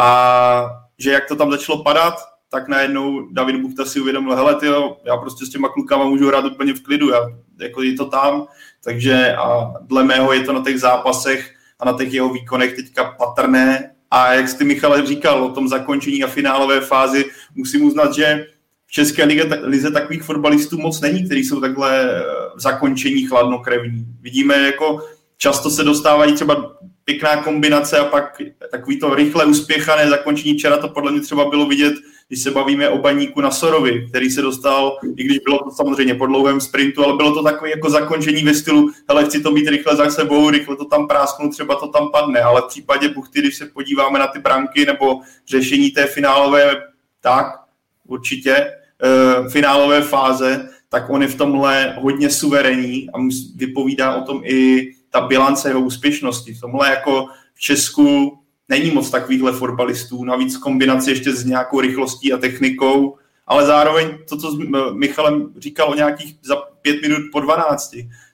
A že jak to tam začalo padat, tak najednou David Buchta si uvědomil, hele tyjo, já prostě s těma klukama můžu hrát úplně v klidu, jako je to tam, takže a dle mého je to na těch zápasech a na těch jeho výkonech teďka patrné. A jak jsi Michale říkal o tom zakončení a finálové fázi, musím uznat, že v České lize takových fotbalistů moc není, kteří jsou takhle v zakončení chladnokrevní. Vidíme, jako často se dostávají třeba pěkná kombinace a pak takový to rychle uspěchané zakončení. Včera to podle mě třeba bylo vidět, když se bavíme o Baníku na Sorovi, který se dostal, i když bylo to samozřejmě po dlouhém sprintu, ale bylo to takové jako zakončení ve stylu, hele, chci to mít rychle za sebou, rychle to tam prásknu, třeba to tam padne, ale v případě Buchty, když se podíváme na ty branky nebo řešení té finálové, tak určitě finálové fáze, tak on je v tomhle hodně suverénní a vypovídá o tom i ta bilance jeho úspěšnosti. V tomhle jako v Česku není moc takovýchhle fotbalistů, navíc kombinaci ještě s nějakou rychlostí a technikou, ale zároveň to, co s Michalem říkal o nějakých za 5 minut po 12,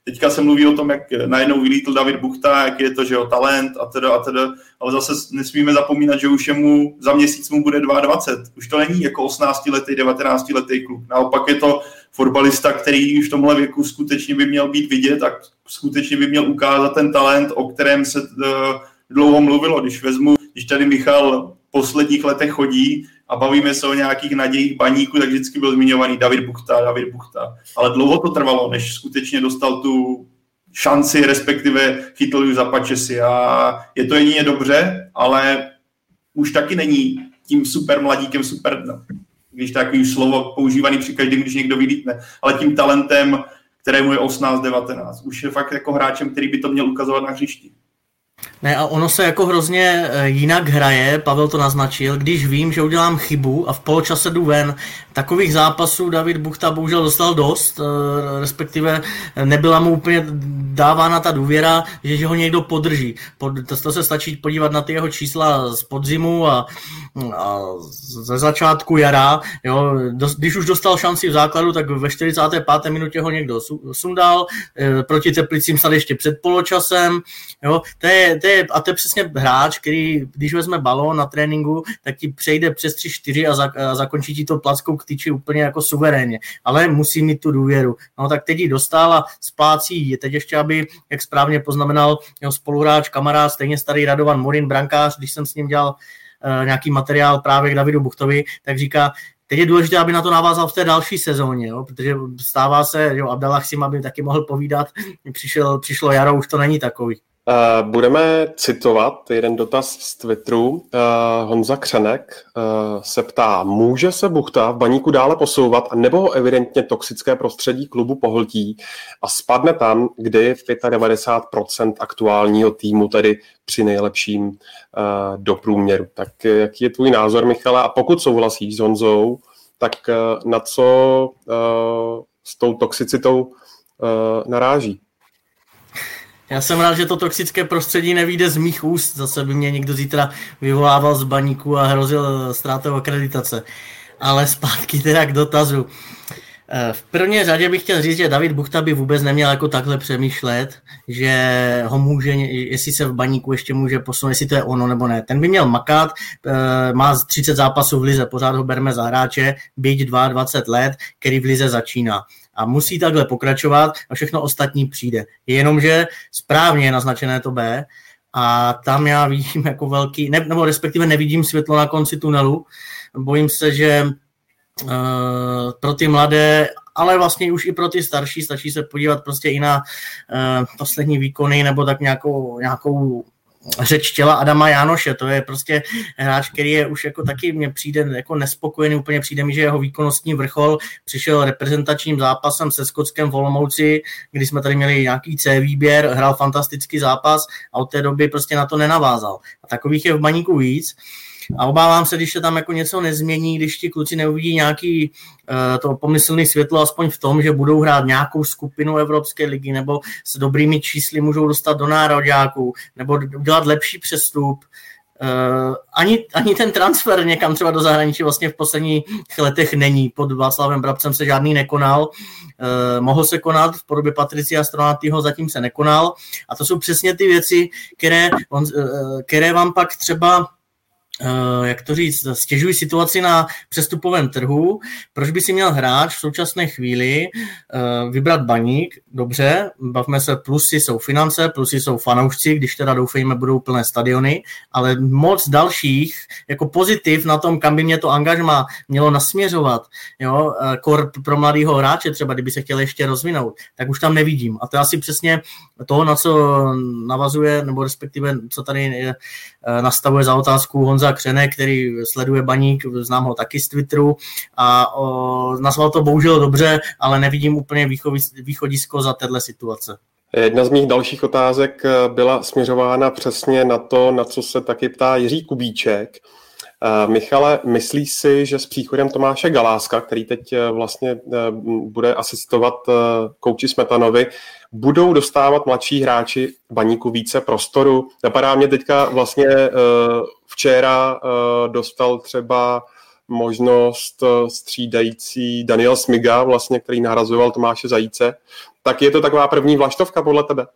Teďka se mluví o tom, jak najednou vylítl David Buchta, jak je to, že jo, talent a teda, ale zase nesmíme zapomínat, že už za měsíc mu bude 22. Už to není jako 18letý, 19letý kluk. Naopak je to fotbalista, který už v tomhle věku skutečně by měl být vidět a skutečně by měl ukázat ten talent, o kterém se dlouho mluvilo. Když tady Michal v posledních letech chodí a bavíme se o nějakých nadějích Baníku, tak vždycky byl zmiňovaný David Buchta. Ale dlouho to trvalo, než skutečně dostal tu šanci, respektive chytl ju za pačesy. A je to jedině dobře, ale už taky není tím super mladíkem, když takový slovo používaný při každém, když někdo vylítne, ale tím talentem, kterému je 18-19. Už je fakt jako hráčem, který by to měl ukazovat na hřišti. Ne, a ono se jako hrozně jinak hraje, Pavel to naznačil, když vím, že udělám chybu a v poločase jdu ven. Takových zápasů David Buchta bohužel dostal dost, respektive nebyla mu úplně dávána ta důvěra, že ho někdo podrží. To se stačí podívat na ty jeho čísla z podzimu a ze začátku jara. Jo. Když už dostal šanci v základu, tak ve 45. minutě ho někdo sundal, proti Teplicím snad ještě před poločasem. Jo. To je přesně hráč, který, když vezme balón na tréninku, tak ti přejde přes 3-4 a zakončí ti to plackou k tyči úplně jako suverénně. Ale musí mít tu důvěru. No tak teď ji dostal a splácí. Je teď ještě, aby, jak správně poznamenal jeho spoluhráč, kamarád, stejně starý Radovan Morin, brankář, když jsem s ním dělal nějaký materiál právě k Davidu Buchtovi, tak říká, teď je důležité, aby na to navázal v té další sezóně, jo? Protože stává se, že Abdallah Sima by taky mohl povídat, přišlo jaro, už to není takový. Budeme citovat jeden dotaz z Twitteru. Honza Křenek se ptá, může se Buchta v Baníku dále posouvat, nebo ho evidentně toxické prostředí klubu pohltí a spadne tam, kde je 95% aktuálního týmu, tedy při nejlepším do průměru. Tak jaký je tvůj názor, Michale? A pokud souhlasíš s Honzou, tak na co s tou toxicitou naráží? Já jsem rád, že to toxické prostředí nevyjde z mých úst. Zase by mě někdo zítra vyvolával z Baníku a hrozil ztrátou akreditace. Ale zpátky teda k dotazu. V první řadě bych chtěl říct, že David Buchta by vůbec neměl jako takhle přemýšlet, že ho může, jestli se v Baníku ještě může posunout, jestli to je ono nebo ne. Ten by měl makat, má 30 zápasů v lize, pořád ho bereme za hráče, byť 22 let, který v lize začíná. A musí takhle pokračovat a všechno ostatní přijde. Jenomže správně je naznačené to B a tam já vidím jako velký, nebo respektive nevidím světlo na konci tunelu. Bojím se, že pro ty mladé, ale vlastně už i pro ty starší, stačí se podívat prostě i na poslední výkony nebo tak nějakou řeč těla Adama Jánoše. To je prostě hráč, který je už jako taky mně přijde jako nespokojený, úplně přijde mi, že jeho výkonnostní vrchol přišel reprezentačním zápasem se Skotskem v Olomouci, kdy jsme tady měli nějaký C výběr, hrál fantastický zápas a od té doby prostě na to nenavázal. A takových je v Baníku víc. A obávám se, když se tam jako něco nezmění, když ti kluci neuvidí nějaký to pomyslný světlo aspoň v tom, že budou hrát nějakou skupinu Evropské ligy nebo s dobrými čísly můžou dostat do nároďáků nebo udělat lepší přestup. Ani ten transfer někam třeba do zahraničí vlastně v posledních letech není. Pod Václavem Brabcem se žádný nekonal. Mohl se konat v podobě Patricia Stronatýho, zatím se nekonal. A to jsou přesně ty věci, které vám pak třeba jak to říct, stěžují situaci na přestupovém trhu. Proč by si měl hráč v současné chvíli vybrat Baník? Dobře, bavme se, plusy jsou finance, plusy jsou fanoušci, když teda doufejme, budou plné stadiony, ale moc dalších jako pozitiv na tom, kam by mě to angažmá mělo nasměřovat, jo, pro mladýho hráče třeba, kdyby se chtěl ještě rozvinout, tak už tam nevidím. A to je asi přesně to, na co navazuje, nebo respektive, co tady nastavuje za otázku Honza Křenek, který sleduje Baník, znám ho taky z Twitteru a nazval to bohužel dobře, ale nevidím úplně východisko za téhle situace. Jedna z mých dalších otázek byla směřována přesně na to, na co se taky ptá Jiří Kubíček. Michale, myslíš si, že s příchodem Tomáše Galáska, který teď vlastně bude asistovat kouči Smetanovi, budou dostávat mladší hráči Baníku více prostoru? Napadá mě teďka vlastně včera dostal třeba možnost střídající Daniel Smiga, vlastně, který nahrazoval Tomáše Zajíce. Tak je to taková první vlaštovka podle tebe?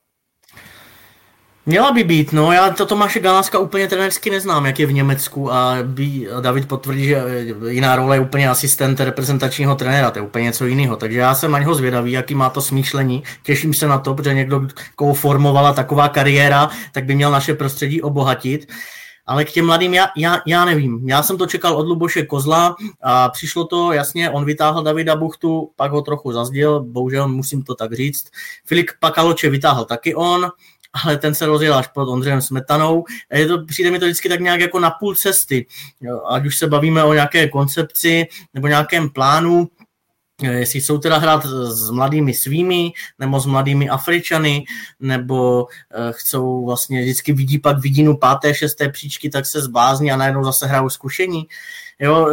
Měla by být, no, já to Tomáše Galáska úplně trenérsky neznám, jak je v Německu a David potvrdí, že jiná role je úplně asistent reprezentačního trenéra, to je úplně něco jiného, takže já jsem na něho zvědavý, jaký má to smýšlení, těším se na to, protože někdo, koho formovala taková kariéra, tak by měl naše prostředí obohatit. Ale k těm mladým já nevím. Já jsem to čekal od Luboše Kozla a přišlo to, jasně, on vytáhl Davida Buchtu, pak ho trochu zazděl, bohužel musím to tak říct. Filip Pakaloče vytáhl taky on, ale ten se rozjel až pod Ondřejem Smetanou. Přijde mi to vždycky tak nějak jako na půl cesty. Ať už se bavíme o nějaké koncepci nebo nějakém plánu, jestli jsou teda hrát s mladými svými, nebo s mladými Afričany, nebo chcou vlastně vždycky vidí pak vidinu 5., 6. příčky, tak se zblázní a najednou zase hrajou zkušení. Jo,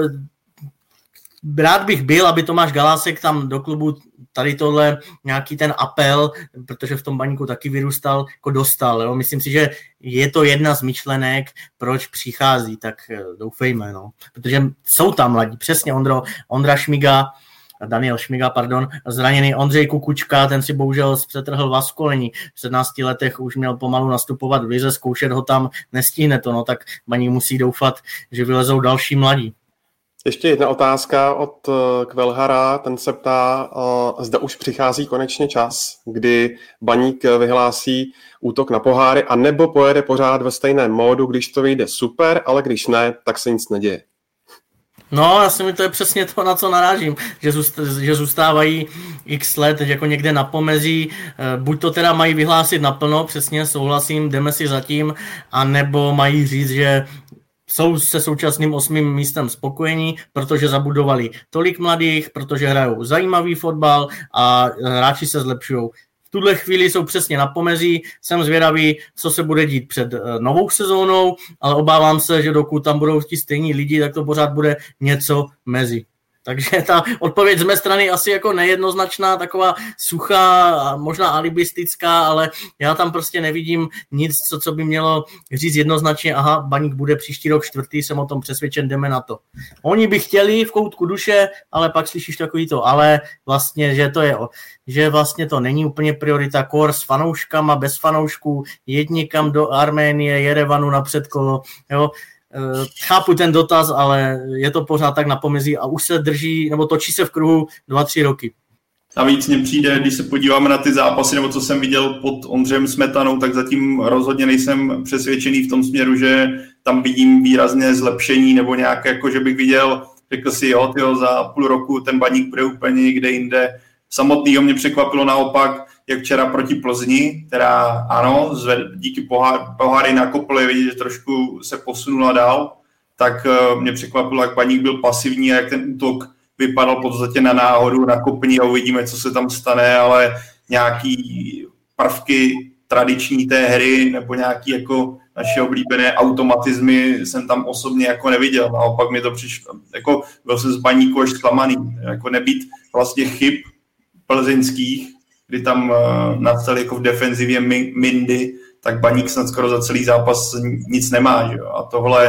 rád bych byl, aby Tomáš Galásek tam do klubu tady tohle nějaký ten apel, protože v tom Baníku taky vyrůstal, jako dostal. Jo. Myslím si, že je to jedna z myšlenek, proč přichází, tak doufejme. No. Protože jsou tam mladí, přesně Daniel Šmiga, zraněný Ondřej Kukučka, ten si bohužel přetrhl vaz v koleni. V 17 letech už měl pomalu nastupovat v lize, zkoušet ho tam nestihne to, no tak Baník musí doufat, že vylezou další mladí. Ještě jedna otázka od Kvelhara, ten se ptá, zda už přichází konečně čas, kdy Baník vyhlásí útok na poháry, anebo pojede pořád ve stejném módu, když to vyjde super, ale když ne, tak se nic neděje. No, asi mi to je přesně to, na co narážím, že zůstávají x let teď jako někde na pomezí, buď to teda mají vyhlásit naplno, přesně souhlasím, jdeme si zatím, anebo mají říct, že jsou se současným 8. místem spokojení, protože zabudovali tolik mladých, protože hrajou zajímavý fotbal a hráči se zlepšují. V tuhle chvíli jsou přesně na pomezí, jsem zvědavý, co se bude dít před novou sezónou, ale obávám se, že dokud tam budou ti stejní lidi, tak to pořád bude něco mezi. Takže ta odpověď z mé strany asi jako nejednoznačná, taková suchá, možná alibistická, ale já tam prostě nevidím nic, co by mělo říct jednoznačně, aha, Baník bude příští rok 4., jsem o tom přesvědčen, jdeme na to. Oni by chtěli v koutku duše, ale pak slyšíš takový to, ale vlastně, že vlastně to není úplně priorita, kor s fanouškama, bez fanoušků, jet někam do Arménie, Jerevanu na předkolo, jo. Chápu ten dotaz, ale je to pořád tak na pomezí a už se drží, nebo točí se v kruhu 2-3 roky. Navíc mně přijde, když se podíváme na ty zápasy, nebo co jsem viděl pod Ondřejem Smetanou, tak zatím rozhodně nejsem přesvědčený v tom směru, že tam vidím výrazně zlepšení, nebo nějak jako, že bych viděl, řekl si, jo, za půl roku ten Baník bude úplně někde jinde. Samotného mě překvapilo naopak, jak včera proti Plzni, která ano, díky poháry nakopl, je vidět, že trošku se posunula dál, tak mě překvapilo, jak Baník byl pasivní a jak ten útok vypadal v podstatě na náhodu, na kopní a uvidíme, co se tam stane, ale nějaký prvky tradiční té hry nebo nějaký jako naše oblíbené automatizmy jsem tam osobně jako neviděl. Naopak mi to přišlo, jako byl jsem z Baníku až zklamaný, jako nebýt vlastně chyb plzeňských, kdy tam nastali jako v defenzivě Mindy, tak Baník snad skoro za celý zápas nic nemá. Že? A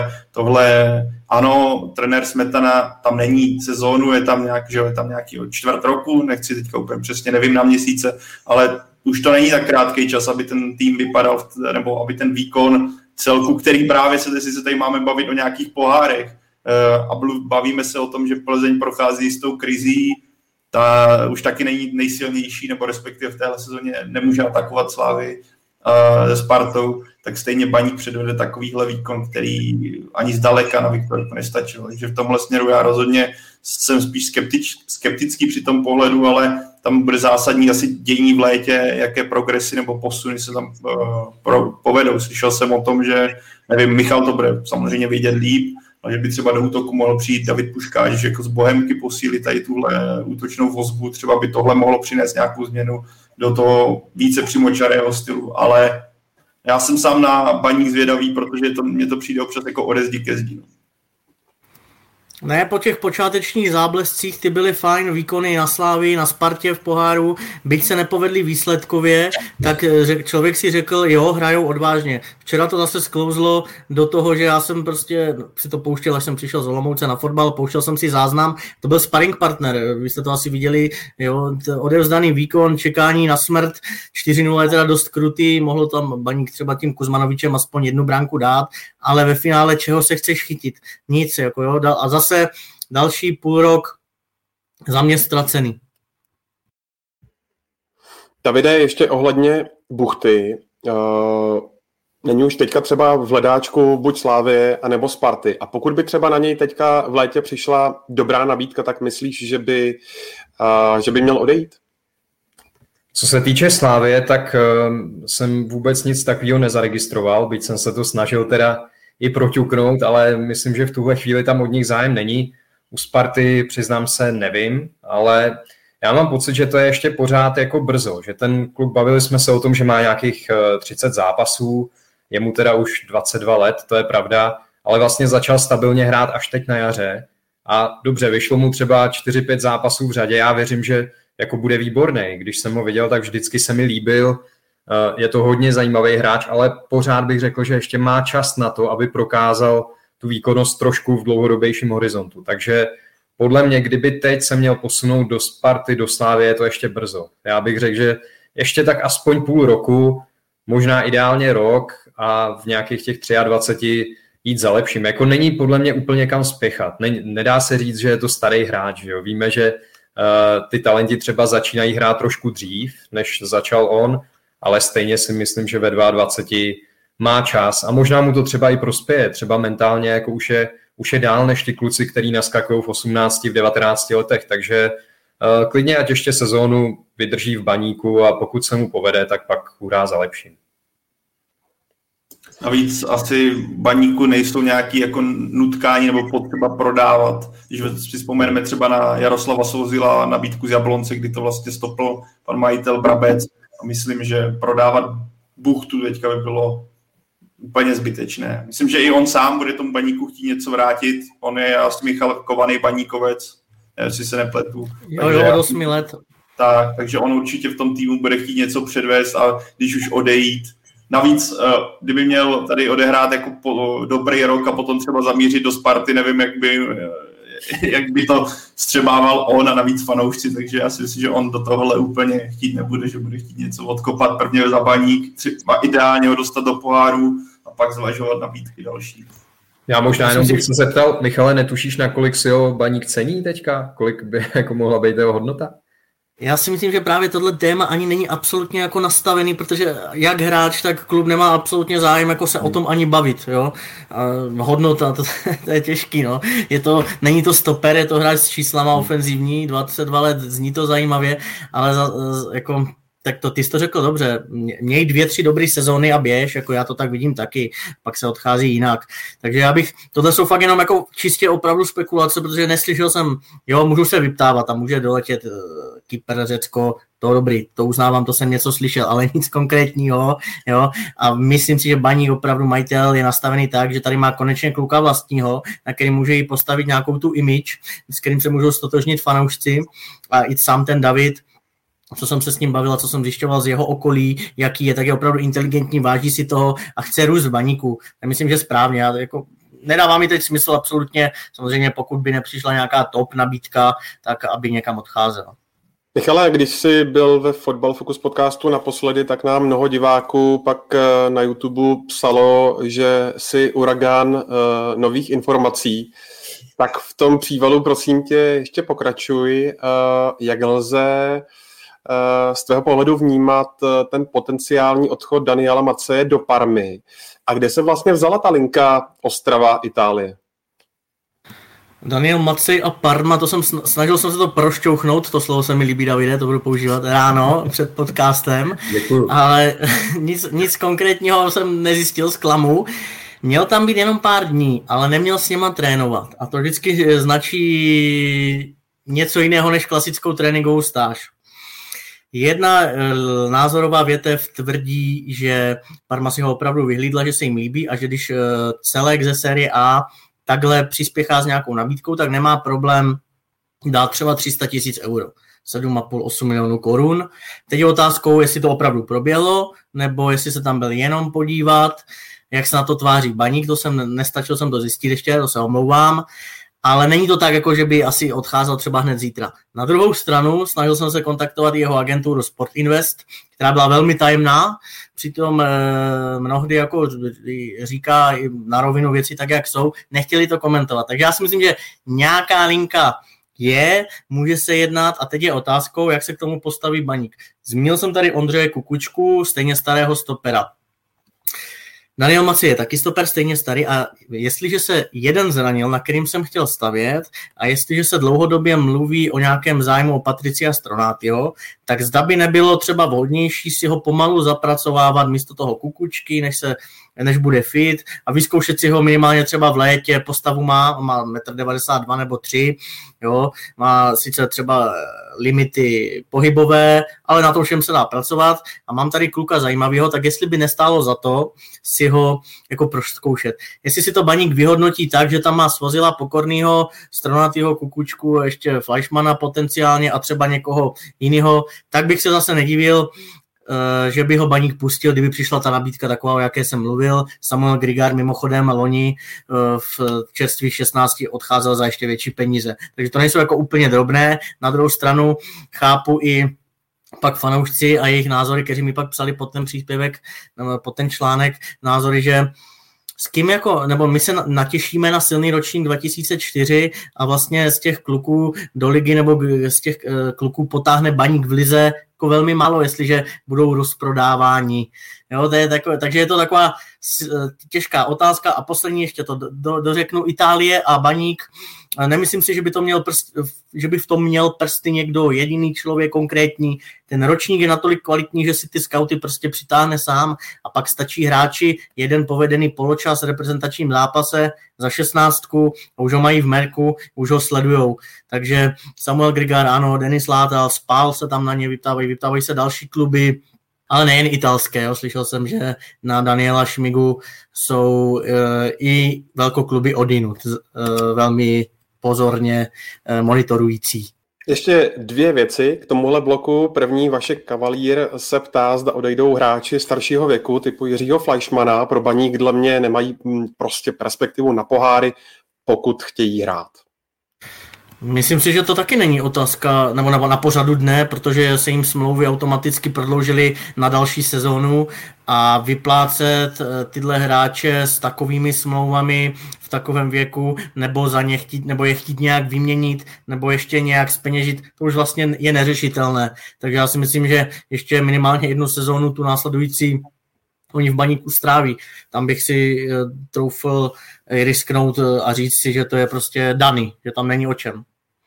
tohle, ano, trenér Smetana tam není sezónu, je tam nějaký čtvrt roku, nechci teďka úplně přesně, nevím na měsíce, ale už to není tak krátký čas, aby ten tým vypadal, nebo aby ten výkon celku, který právě se tady máme bavit o nějakých pohárech a bavíme se o tom, že Plzeň prochází s tou krizí, ta už taky není nejsilnější, nebo respektive v téhle sezóně nemůže atakovat Slávy se Spartou, tak stejně Baník předvede takovýhle výkon, který ani zdaleka na Viktorku nestačil. Takže v tomhle směru já rozhodně jsem spíš skeptický při tom pohledu, ale tam bude zásadní asi dění v létě, jaké progresy nebo posuny se tam povedou. Slyšel jsem o tom, že, nevím, Michal to bude samozřejmě vědět líp, ale že by třeba do útoku mohl přijít David Puškáč, že jako z Bohemky posílit tady tuhle útočnou vozbu, třeba by tohle mohlo přinést nějakou změnu do toho více přímočarého stylu, ale já jsem sám na Baník zvědavý, protože mně to přijde občas jako ode zdi ke zdi. Ne, po těch počátečních záblescích ty byly fajn výkony na Slávii, na Spartě v poháru, byť se nepovedly výsledkově, tak člověk si řekl, jo, hrajou odvážně. Včera to zase sklouzlo do toho, že já jsem prostě si to pouštěl, až jsem přišel z Olomouce na fotbal, pouštěl jsem si záznam, to byl sparring partner, vy jste to asi viděli, jo, odevzdaný výkon, čekání na smrt, 4-0 je teda dost krutý, mohlo tam Baník třeba tím Kuzmanovičem aspoň jednu bránku dát, ale ve finále čeho se chceš chytit? Nic, jako jo, a zase další půl rok za mě ztracený. Davide, ještě ohledně Buchty. Není už teďka třeba v hledáčku buď Slavie, anebo Sparty. A pokud by třeba na něj teďka v létě přišla dobrá nabídka, tak myslíš, že by měl odejít? Co se týče Slavie, tak jsem vůbec nic takového nezaregistroval, byť jsem se to snažil teda i proťuknout, ale myslím, že v tuhle chvíli tam od nich zájem není. U Sparty, přiznám se, nevím, ale já mám pocit, že to je ještě pořád jako brzo, že ten klub, bavili jsme se o tom, že má nějakých 30 zápasů, je mu teda už 22 let, to je pravda, ale vlastně začal stabilně hrát až teď na jaře a dobře, vyšlo mu třeba 4-5 zápasů v řadě, já věřím, že jako bude výborný. Když jsem ho viděl, tak vždycky se mi líbil, je to hodně zajímavý hráč, ale pořád bych řekl, že ještě má čas na to, aby prokázal tu výkonnost trošku v dlouhodobějším horizontu. Takže podle mě, kdyby teď se měl posunout do Sparty, do Slávie, je to ještě brzo. Já bych řekl, že ještě tak aspoň půl roku, možná ideálně rok a v nějakých těch 23 jít za lepším. Jako není podle mě úplně kam spěchat. Nedá se říct, že je to starý hráč. Že jo? Víme, že ty talenti třeba začínají hrát trošku dřív, než začal on, ale stejně si myslím, že ve 22 má čas a možná mu to třeba i prospěje. Třeba mentálně jako už je dál než ty kluci, který naskakují v 18, v 19 letech, takže klidně ať ještě sezónu vydrží v Baníku a pokud se mu povede, tak pak hurá za lepším. Navíc asi v Baníku nejsou nějaký jako nutkání nebo potřeba prodávat. Když si vzpomeneme třeba na Jaroslava Souzila nabídku z Jablonce, kdy to vlastně stopl pan majitel Brabec a myslím, že prodávat Buchtu teďka by bylo úplně zbytečné. Myslím, že i on sám bude tomu Baníku chtít něco vrátit. On je asi Michal kovaný baníkovec, jestli se nepletu. Jo, 8 let. Takže on určitě v tom týmu bude chtít něco předvést a když už odejít. Navíc, kdyby měl tady odehrát jako dobrý rok a potom třeba zamířit do Sparty, nevím, jak by to střebával on a navíc fanoušci, takže já si myslím, že on do tohohle úplně chtít nebude, že bude chtít něco odkopat prvně za Baník, třeba ideálně ho dostat do poháru a pak zvažovat nabídky další. Já možná jenom bych se zeptal, Michale, netušíš, na kolik si ho Baník cení teďka? Kolik by jako mohla být jeho hodnota? Já si myslím, že právě tohle téma ani není absolutně jako nastavený, protože jak hráč, tak klub nemá absolutně zájem jako se o tom ani bavit, jo. A hodnota, to je těžký, no. Není to stoper, je to hráč s číslama ofenzivní, 22 let, zní to zajímavě, ale jako tak ty jsi to řekl dobře, měj 2-3 dobrý sezóny a běž, jako já to tak vidím taky, pak se odchází jinak. Takže tohle jsou fakt jenom jako čistě opravdu spekulace, protože neslyšel jsem, jo, můžu se vyptávat a může doletět Kypr, Řecko, to dobrý, to uznávám, to jsem něco slyšel, ale nic konkrétního, jo, a myslím si, že Baník opravdu majitel je nastavený tak, že tady má konečně kluka vlastního, na který může jí postavit nějakou tu image, s kterým se můžou stotožnit fanoušci a i sám ten David, co jsem se s ním bavil a co jsem zjišťoval z jeho okolí, jaký je, tak je opravdu inteligentní, váží si toho a chce růst v Baníku. Já myslím, že správně. Nedává mi teď smysl absolutně, samozřejmě pokud by nepřišla nějaká top nabídka, tak aby někam odcházel. Michale, když jsi byl ve Fotbal Focus podcastu naposledy, tak nám mnoho diváků pak na YouTube psalo, že jsi uragán nových informací. Tak v tom přívalu, prosím tě, ještě pokračuj. Jak lze z tvého pohledu vnímat ten potenciální odchod Daniela Maceje do Parmy a kde se vlastně vzala ta linka Ostrava, Itálie? Daniel Macej a Parma, snažil jsem se to prošťouchnout, to slovo se mi líbí, Davide, to budu používat ráno před podcastem. Děkuju. Ale nic konkrétního jsem nezjistil, zklamu. Měl tam být jenom pár dní, ale neměl s něma trénovat a to vždycky značí něco jiného než klasickou tréninkovou stáž. Jedna názorová větev tvrdí, že Parma si ho opravdu vyhlídla, že se jim líbí a že když celek ze série A takhle přispěchá s nějakou nabídkou, tak nemá problém dát třeba 300 000 euro. 7,5-8 milionů korun. Teď je otázkou, jestli to opravdu proběhlo, nebo jestli se tam byl jenom podívat, jak se na to tváří Baník, nestačil jsem to zjistit ještě, to se omlouvám, ale není to tak, jako že by asi odcházel třeba hned zítra. Na druhou stranu snažil jsem se kontaktovat jeho agenturu Sport Invest, která byla velmi tajemná, přitom mnohdy jako říká na rovinu věci tak, jak jsou, nechtěli to komentovat. Takže já si myslím, že nějaká linka může se jednat a teď je otázkou, jak se k tomu postaví Baník. Zmínil jsem tady Ondřeje Kukučku, stejně starého stopera. Daniel Maci je taky stoper, stejně starý a jestliže se jeden zranil, na kterým jsem chtěl stavět a jestliže se dlouhodobě mluví o nějakém zájmu o Patricia Stronátyho, tak zda by nebylo třeba vhodnější si ho pomalu zapracovávat místo toho Kukučky, než bude fit a vyzkoušet si ho minimálně třeba v létě, postavu má 1,92 m nebo 3, jo, má sice třeba limity pohybové, ale na to všem se dá pracovat a mám tady kluka zajímavého, tak jestli by nestálo za to si ho jako proškoušet. Jestli si to Baník vyhodnotí tak, že tam má Svozila, Pokornýho, Stronatýho, Kukučku, ještě Fleischmana potenciálně a třeba někoho jiného, tak bych se zase nedivil, že by ho Baník pustil, kdyby přišla ta nabídka taková, o jaké jsem mluvil. Samuel Grigard mimochodem loni v čerstvých 16 odcházel za ještě větší peníze. Takže to nejsou jako úplně drobné. Na druhou stranu chápu i pak fanoušci a jejich názory, kteří mi pak psali pod ten příspěvek, pod ten článek, názory, že s kým nebo my se natěšíme na silný ročník 2004 a vlastně z těch kluků do ligy nebo z těch kluků potáhne Baník v lize jako velmi málo, jestliže budou rozprodávání. Jo, to je takové, takže je to taková těžká otázka a poslední ještě to dořeknu, Itálie a Baník. Nemyslím si, že by v tom měl prsty někdo jediný člověk konkrétní. Ten ročník je natolik kvalitní, že si ty skauty prostě přitáhne sám a pak stačí hráči jeden povedený poločas v reprezentačním zápase za 16 a už ho mají v merku, už ho sledujou. Takže Samuel Grigard, ano, Denis Látal, Spal se tam na ně vyptávají se další kluby, ale nejen italské. Jo. Slyšel jsem, že na Daniela Šmigu jsou i velkokluby odinut velmi pozorně monitorující. Ještě dvě věci k tomuhle bloku. První, Vašek Kavalír se ptá, zda odejdou hráči staršího věku typu Jiřího Fleischmana. Pro Baník dle mě nemají prostě perspektivu na poháry, pokud chtějí hrát. Myslím si, že to taky není otázka nebo na pořadu dne, protože se jim smlouvy automaticky prodloužily na další sezónu a vyplácet tyhle hráče s takovými smlouvami v takovém věku nebo za ně chtít, nebo je chtít nějak vyměnit nebo ještě nějak zpeněžit, to už vlastně je neřešitelné. Takže já si myslím, že ještě minimálně jednu sezónu tu následující oni v Baníku stráví. Tam bych si troufl risknout a říct si, že to je prostě daný, že tam není o čem.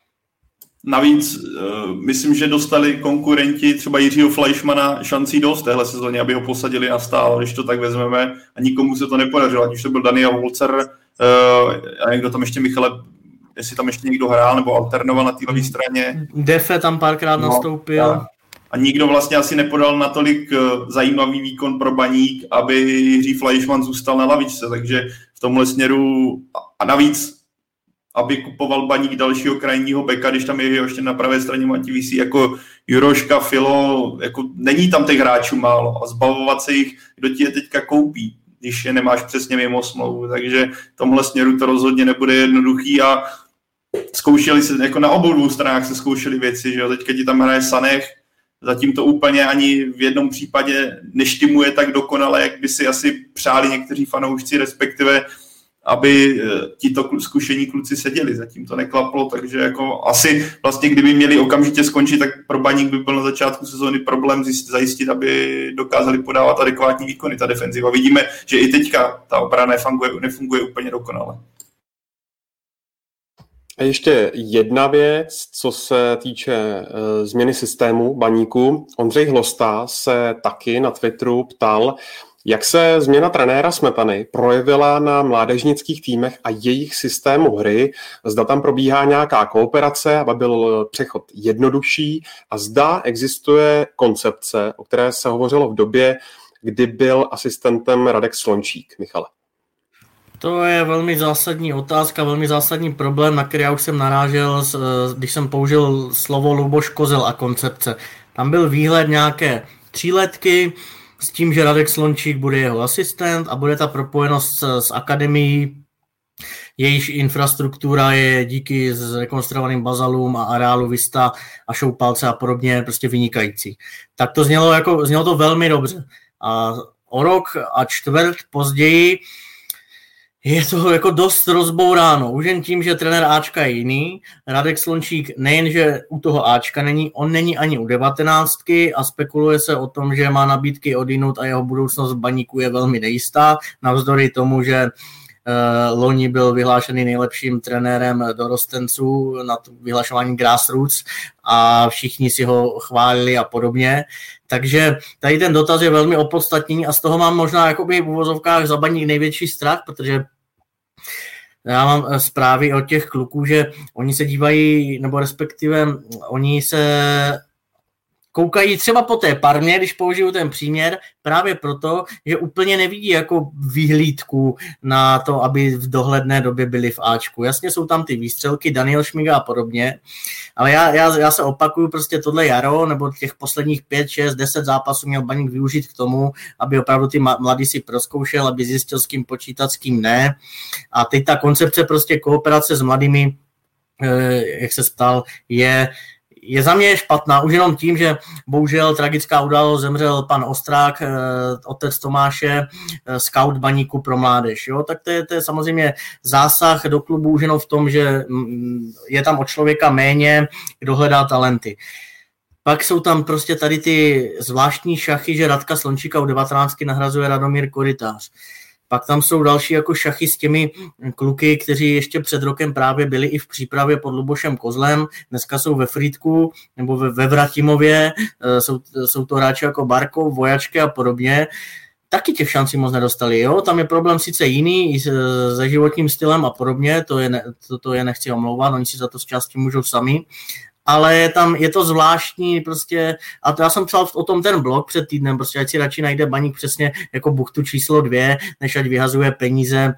Navíc myslím, že dostali konkurenti třeba Jiřího Fleischmana šancí dost v téhle sezóně, aby ho posadili na stál, když to tak vezmeme a nikomu se to nepodařilo, ať už to byl Daniel Holzer a někdo tam ještě Michale, jestli tam ještě někdo hrál nebo alternoval na té levé straně. Defe tam párkrát nastoupil. A nikdo vlastně asi nepodal natolik zajímavý výkon pro Baník, aby Jiří Fleischmann zůstal na lavičce, takže v tomhle směru a navíc aby kupoval Baník dalšího krajního beka, když tam je ještě na pravé straně Mativisí jako Juroška, Filo, jako není tam těch hráčů málo a zbavovat se jich, kdo ti je teďka koupí, když je nemáš přesně mimo smlouvu, takže v tomhle směru to rozhodně nebude jednoduchý a zkoušeli se, jako na obou dvou stranách se zkoušeli věci, že jo, teďka ti tam hraje Sanech, zatím to úplně ani v jednom případě neštimuje tak dokonale, jak by si asi přáli někteří fanoušci, respektive aby tito zkušení kluci seděli. Zatím to neklaplo, takže jako asi vlastně, kdyby měli okamžitě skončit, tak pro Baník by byl na začátku sezóny problém zajistit, aby dokázali podávat adekvátní výkony, ta defenziva. Vidíme, že i teďka ta obrana nefunguje úplně dokonale. A ještě jedna věc, co se týče změny systému Baníku. Ondřej Hlosta se taky na Twitteru ptal, jak se změna trenéra Smetany projevila na mládežnických týmech a jejich systému hry, zda tam probíhá nějaká kooperace, aby byl přechod jednodušší a zda existuje koncepce, o které se hovořilo v době, kdy byl asistentem Radek Slončík. Michale. To je velmi zásadní otázka, velmi zásadní problém, na který já už jsem narážel, když jsem použil slovo Luboš Kozel a koncepce. Tam byl výhled nějaké 3letky s tím, že Radek Slončík bude jeho asistent a bude ta propojenost s akademií, jejíž infrastruktura je díky zrekonstruovaným bazalům a areálu Vista a Šoupalce a podobně prostě vynikající. Tak to znělo to velmi dobře. A o rok a čtvrt později je to jako dost rozbouráno. Už jen tím, že trenér Ačka je jiný. Radek Slončík nejenže u toho Ačka není, on není ani u 19 a spekuluje se o tom, že má nabídky odinut a jeho budoucnost v Baníku je velmi nejistá. Navzdory tomu, že loni byl vyhlášený nejlepším trenérem dorostenců na vyhlašování grassroots a všichni si ho chválili a podobně. Takže tady ten dotaz je velmi opodstatněný a z toho mám možná jakoby v uvozovkách za Baník největší strach, protože já mám zprávy od těch kluků, že oni se dívají, nebo respektive oni se koukají třeba po té Parmě, když použiju ten příměr, právě proto, že úplně nevidí jako vyhlídku na to, aby v dohledné době byli v Ačku. Jasně jsou tam ty výstřelky, Daniel Šmiga a podobně, ale já se opakuju, prostě tohle jaro, nebo těch posledních 5, 6, 10 zápasů měl Baník využít k tomu, aby opravdu ty mladí si prozkoušel, aby zjistil, s kým počítat, s kým ne. A teď ta koncepce prostě kooperace s mladými, jak se ptal, je za mě špatná, už jenom tím, že bohužel tragická událost, zemřel pan Ostrák, otec Tomáše, scout Baníku pro mládež. Jo? Tak to je samozřejmě zásah do klubu už jenom v tom, že je tam od člověka méně, kdo hledá talenty. Pak jsou tam prostě tady ty zvláštní šachy, že Radka Slončíka u 19 nahrazuje Radomír Korytář. Pak tam jsou další jako šachy s těmi kluky, kteří ještě před rokem právě byli i v přípravě pod Lubošem Kozlem. Dneska jsou ve Frýdku nebo ve Vratimově. Jsou to hráči jako Barkov, Vojačky a podobně. Taky těch šancí moc nedostali. Jo? Tam je problém sice jiný, i se životním stylem a podobně. To je nechci omlouvat, oni si za to z části můžou sami. Ale tam je to zvláštní prostě, a to já jsem psal o tom ten blog před týdnem, prostě ať si radši najde Baník přesně jako buchtu číslo 2, než ať vyhazuje peníze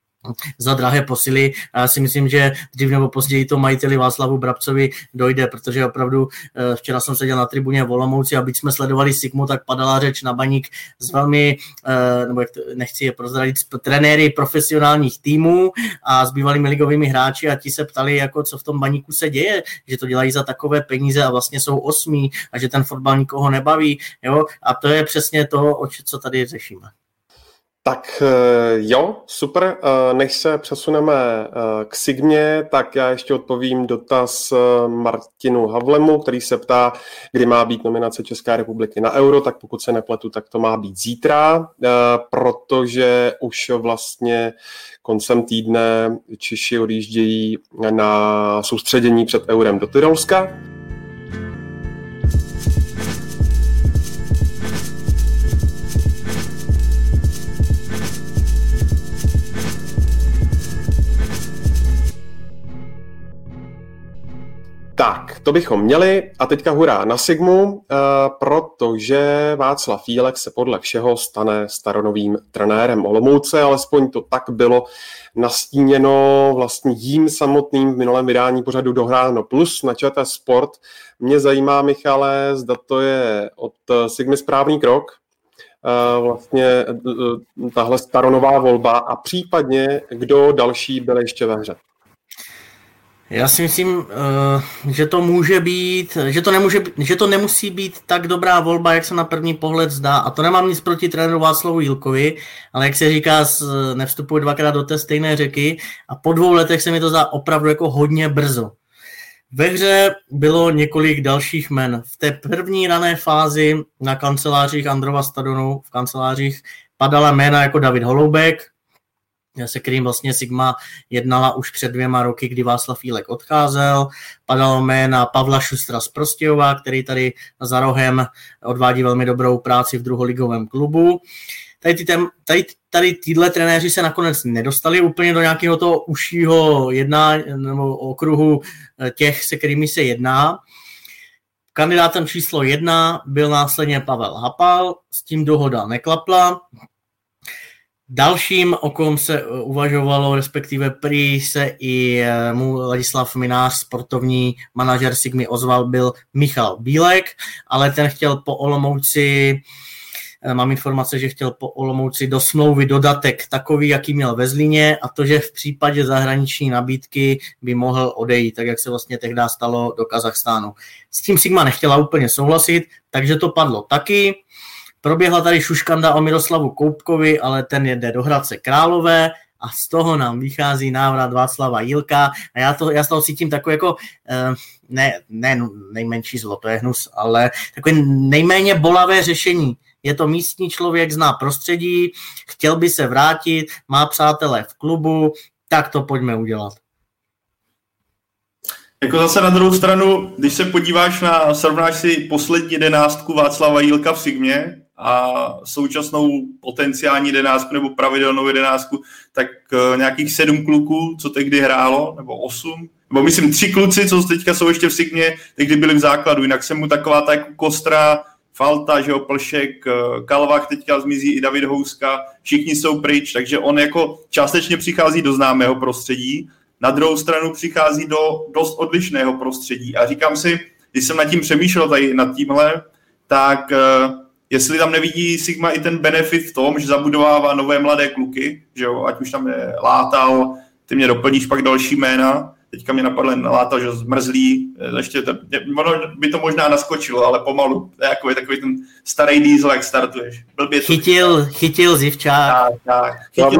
za drahé posily. A já si myslím, že dřív nebo později to majiteli Václavu Brabcovi dojde, protože opravdu včera jsem seděl na tribuně v Olomouci a byť jsme sledovali Sigmu, tak padala řeč na Baník s velmi, nebo nechci je prozradit, trenéry profesionálních týmů a s bývalými ligovými hráči a ti se ptali, jako co v tom Baníku se děje, že to dělají za takové peníze a vlastně jsou 8. a že ten fotbal nikoho nebaví. Jo? A to je přesně to, co tady řešíme. Tak jo, super. Než se přesuneme k Sigmě, tak já ještě odpovím dotaz Martinu Havlemu, který se ptá, kdy má být nominace České republiky na Euro, tak pokud se nepletu, tak to má být zítra, protože už vlastně koncem týdne Češi odjíždějí na soustředění před Eurem do Tyrolska. Tak, to bychom měli a teďka hurá na Sigmu, protože Václav Fílek se podle všeho stane staronovým trenérem Olomouce, alespoň to tak bylo nastíněno vlastně jím samotným v minulém vydání pořadu Dohráno plus na ČT Sport. Mě zajímá, Michale, zda to je od Sigmy správný krok, vlastně tahle staronová volba a případně kdo další byl ještě ve hře. Já si myslím, že to může být, že to nemusí být tak dobrá volba, jak se na první pohled zdá. A to nemám nic proti trenéru Václavu Jílkovi, ale jak se říká, nevstupuji dvakrát do té stejné řeky a po 2 letech se mi to zdá opravdu jako hodně brzo. Ve hře bylo několik dalších jmen. V té první rané fázi na kancelářích Androva Stadonu, v kancelářích padala jména jako David Holoubek, se kterým vlastně Sigma jednala už před 2 roky, kdy Václav Fílek odcházel. Padalo jména Pavla Šustra z Prostějova, který tady za rohem odvádí velmi dobrou práci v druholigovém klubu. Tady tyhle trenéři se nakonec nedostali úplně do nějakého toho užšího nebo okruhu těch, se kterými se jedná. Kandidátem číslo 1 byl následně Pavel Hapal, s tím dohoda neklapla. Dalším, o kom se uvažovalo, respektive prý se i mu Ladislav Minář, sportovní manažer Sigmy, ozval, byl Michal Bílek, ale ten chtěl po Olomouci, mám informace, že chtěl po Olomouci do smlouvy dodatek takový, jaký měl ve Zlíně, a to, že v případě zahraniční nabídky by mohl odejít, tak jak se vlastně tehdy stalo do Kazachstánu. S tím Sigma nechtěla úplně souhlasit, takže to padlo taky. Proběhla tady šuškanda o Miroslavu Koupkovi, ale ten jde do Hradce Králové a z toho nám vychází návrat Václava Jílka a já z toho cítím takové jako, ne nejmenší zlo, to je hnus, ale takové nejméně bolavé řešení. Je to místní člověk, zná prostředí, chtěl by se vrátit, má přátelé v klubu, tak to pojďme udělat. Jako zase na druhou stranu, když se podíváš srovnáš si poslední 11 Václava Jílka v Sigmě a současnou potenciální 11 nebo pravidelnou 11, tak nějakých 7 kluků, co tehdy hrálo, nebo 8, nebo myslím 3 kluci, co teďka jsou ještě v Sigmě, tehdy byli v základu, jinak jsem mu taková ta jako Kostra, Falta, že jo, Plšek, Kalvach, teďka zmizí i David Houska, všichni jsou pryč, takže on jako částečně přichází do známého prostředí, na druhou stranu přichází do dost odlišného prostředí a říkám si, když jsem nad tím přemýšlel tady nad tímhle, tak jestli tam nevidí Sigma i ten benefit v tom, že zabudovává nové mladé kluky, že jo, ať už tam je Látal, ty mě doplníš pak další jména, teďka mě napadl Látal, že Zmrzlý, ještě ono by to možná naskočilo, ale pomalu, to je takový ten starý diesel, jak startuješ. Chytil Zivčák. Tak.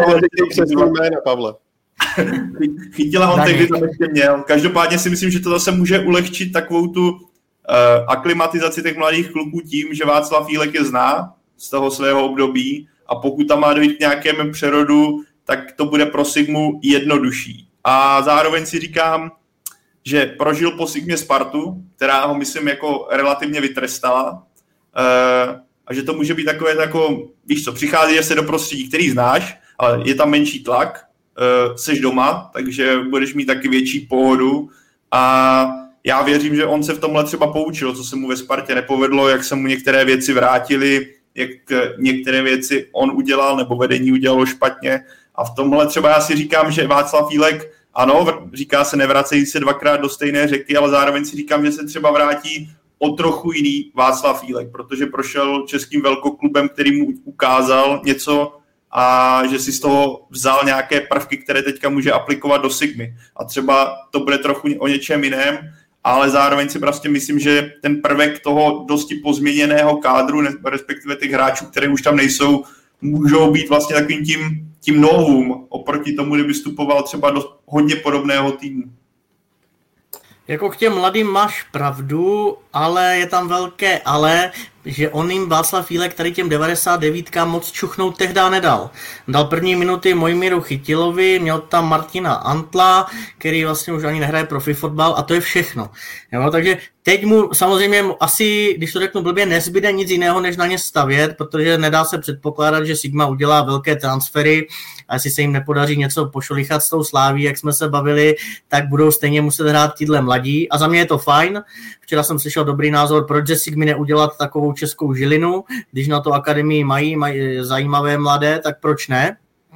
Chytila on tehdy tam ještě měl. Každopádně si myslím, že to zase může ulehčit takovou tu aklimatizaci těch mladých kluků tím, že Václav Jílek je zná z toho svého období a pokud tam má dojít k nějakému přerodu, tak to bude pro Sigmu jednodušší. A zároveň si říkám, že prožil po Sigmě Spartu, která ho myslím jako relativně vytrestala a že to může být takové jako, víš co, přichází se do prostředí, který znáš, ale je tam menší tlak, seš doma, takže budeš mít taky větší pohodu a já věřím, že on se v tomhle třeba poučil, co se mu ve Spartě nepovedlo, jak se mu některé věci vrátily, jak některé věci on udělal nebo vedení udělalo špatně a v tomhle třeba já si říkám, že Václav Jílek, ano, říká se nevracejí se dvakrát do stejné řeky, ale zároveň si říkám, že se třeba vrátí o trochu jiný Václav Jílek, protože prošel českým velkoklubem, který mu ukázal něco a že si z toho vzal nějaké prvky, které teďka může aplikovat do Sigmy. A třeba to bude trochu o něčem jiném, ale zároveň si prostě myslím, že ten prvek toho dosti pozměněného kádru, respektive těch hráčů, které už tam nejsou, můžou být vlastně takovým tím novým oproti tomu, kdyby vstupoval třeba do hodně podobného týmu. Jako k těm mladým máš pravdu, ale je tam velké ale, že on jim Václav Jílek tady těm 99kám moc čuchnout tehdy nedal. Dal první minuty Mojmíru Chytilovi, měl tam Martina Antla, který vlastně už ani nehraje profi fotbal a to je všechno. Jo, takže teď mu samozřejmě asi, když to řeknu blbě, nezbyde nic jiného, než na ně stavět, protože nedá se předpokládat, že Sigma udělá velké transfery a jestli se jim nepodaří něco pošolichat s tou Sláví, jak jsme se bavili, tak budou stejně muset hrát tíhle mladí a za mě je to fajn. Včera jsem slyšel dobrý názor, proč že Sigmy neudělat takovou českou Žilinu, když na to akademii mají zajímavé mladé, tak proč ne?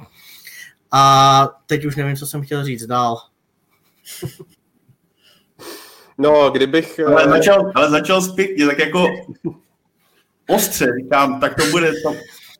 A teď už nevím, co jsem chtěl říct dál. No, kdybych... Ale začal zpětně, tak jako ostře, říkám, tak to bude to...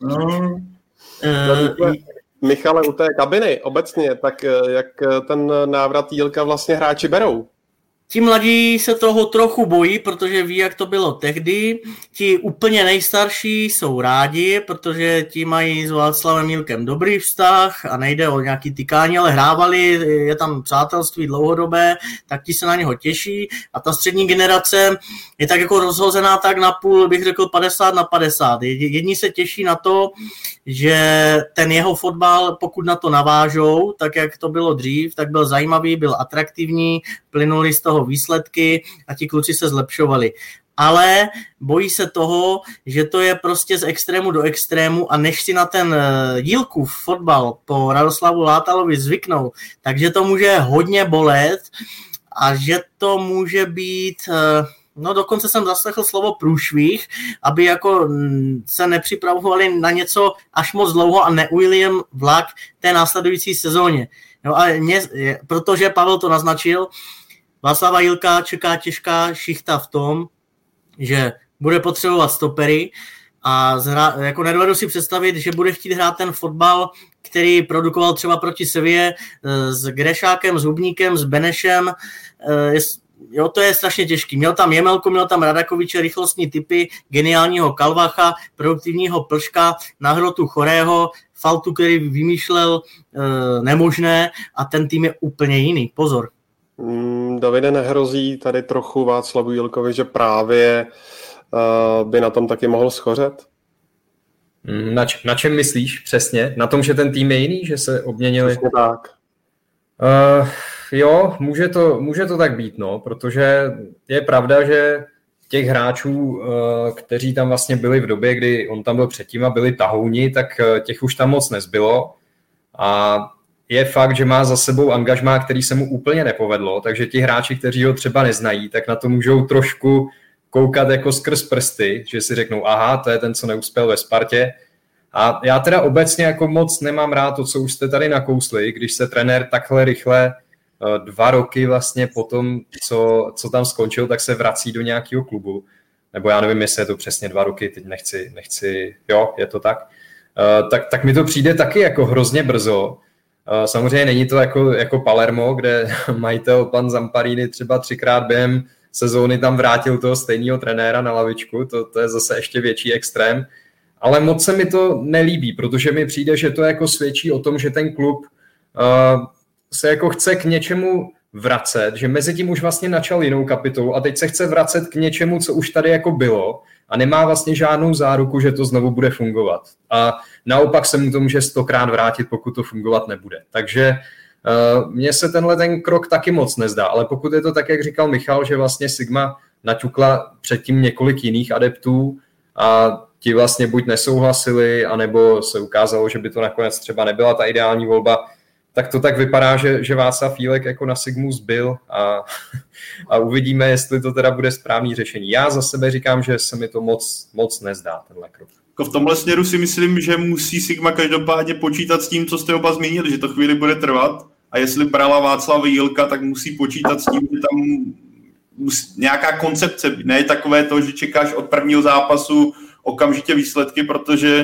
Michale, u té kabiny obecně, tak jak ten návrat Jílka vlastně hráči berou? Ti mladí se toho trochu bojí, protože ví, jak to bylo tehdy. Ti úplně nejstarší jsou rádi, protože ti mají s Václavem Jílkem dobrý vztah a nejde o nějaký tykání, ale hrávali, je tam přátelství dlouhodobé, tak ti se na něho těší. A ta střední generace je tak jako rozhozená tak na půl, bych řekl 50/50. Jedni se těší na to, že ten jeho fotbal, pokud na to navážou, tak jak to bylo dřív, tak byl zajímavý, byl atraktivní, plynuli z toho výsledky a ti kluci se zlepšovali. Ale bojí se toho, že to je prostě z extrému do extrému a než si na ten Jílkův fotbal po Radoslavu Látalovi zvyknou, takže to může hodně bolet a že to může být No dokonce jsem zaslechl slovo průšvih, aby jako se nepřipravovali na něco až moc dlouho a neujeli jim vlak té následující sezóně. No a protože Pavel to naznačil, Václava Jílka čeká těžká šichta v tom, že bude potřebovat stopery a jako nedovedu si představit, že bude chtít hrát ten fotbal, který produkoval třeba proti Sevilla s Grešákem, s Hubníkem, s Benešem. Jo, to je strašně těžký. Měl tam Jemelku, měl tam Radakoviče, rychlostní typy, geniálního Kalvacha, produktivního Plška, na hrotu Chorého, Faltu, který vymýšlel nemožné a ten tým je úplně jiný. Pozor. Davide, nehrozí tady trochu Václavu Jílkovi, že právě by na tom taky mohl schořet? Na čem myslíš přesně? Na tom, že ten tým je jiný, že se obměnili? Přesně tak. Jo, může to tak být, no, protože je pravda, že těch hráčů, kteří tam vlastně byli v době, kdy on tam byl předtím a byli tahouni, tak těch už tam moc nezbylo a je fakt, že má za sebou angažmá, který se mu úplně nepovedlo, takže ti hráči, kteří ho třeba neznají, tak na to můžou trošku koukat jako skrz prsty, že si řeknou, aha, to je ten, co neuspěl ve Spartě. A já teda obecně jako moc nemám rád to, co už jste tady nakousli, když se trenér takhle rychle 2 roky vlastně po tom, co tam skončil, tak se vrací do nějakého klubu. Nebo já nevím, jestli je to přesně 2 roky, teď nechci, jo, je to tak. Tak mi to přijde taky jako hrozně brzo. Samozřejmě není to jako Palermo, kde majitel pan Zamparini třeba 3krát během sezóny tam vrátil toho stejného trenéra na lavičku, to je zase ještě větší extrém. Ale moc se mi to nelíbí, protože mi přijde, že to jako svědčí o tom, že ten klub se jako chce k něčemu vracet, že mezi tím už vlastně načal jinou kapitolu a teď se chce vracet k něčemu, co už tady jako bylo a nemá vlastně žádnou záruku, že to znovu bude fungovat. A naopak se mu to může 100krát vrátit, pokud to fungovat nebude. Takže mně se tenhle ten krok taky moc nezdá, ale pokud je to tak, jak říkal Michal, že vlastně Sigma naťukla předtím několik jiných adeptů a ti vlastně buď nesouhlasili, anebo se ukázalo, že by to nakonec třeba nebyla ta ideální volba, tak to tak vypadá, že Václav Jílek jako na Sigmu zbyl a uvidíme, jestli to teda bude správný řešení. Já za sebe říkám, že se mi to moc nezdá, tenhle krok. V tomhle směru si myslím, že musí Sigma každopádně počítat s tím, co jste oba zmínili, že to chvíli bude trvat a jestli brala Václava Jílka, tak musí počítat s tím, že tam nějaká koncepce, ne takové to, že čekáš od prvního zápasu okamžitě výsledky, protože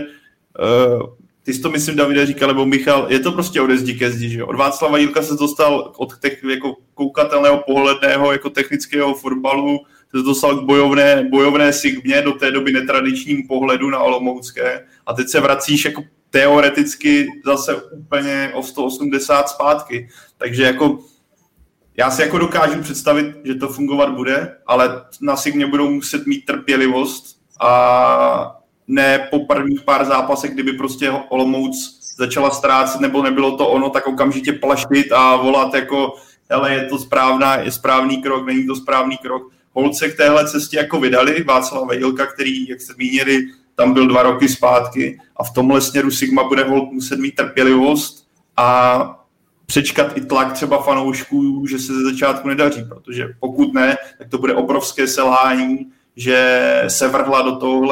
ty jsi to, myslím, Davide říkal, nebo Michal, je to prostě ode zdi ke zdi, že od Václava Jílka se dostal od jako koukatelného, pohledného, jako technického fotbalu, se dostal k bojovné Sigmě, do té doby netradičním pohledu na Olomoucké a teď se vracíš jako teoreticky zase úplně o 180 zpátky. Takže jako já si jako dokážu představit, že to fungovat bude, ale na Sigmě budou muset mít trpělivost a ne po prvních pár zápasech, kdyby prostě Olomouc začala ztrácet nebo nebylo to ono, tak okamžitě plaštit a volat jako hele, je to správný krok, není to správný krok. Holce k téhle cestě jako vydali Václava Jílka, který, jak se zmínili, tam byl 2 roky zpátky a v tomhle směru Sigma bude muset mít trpělivost a přečkat i tlak třeba fanoušků, že se ze začátku nedaří, protože pokud ne, tak to bude obrovské selhání, že se vrhla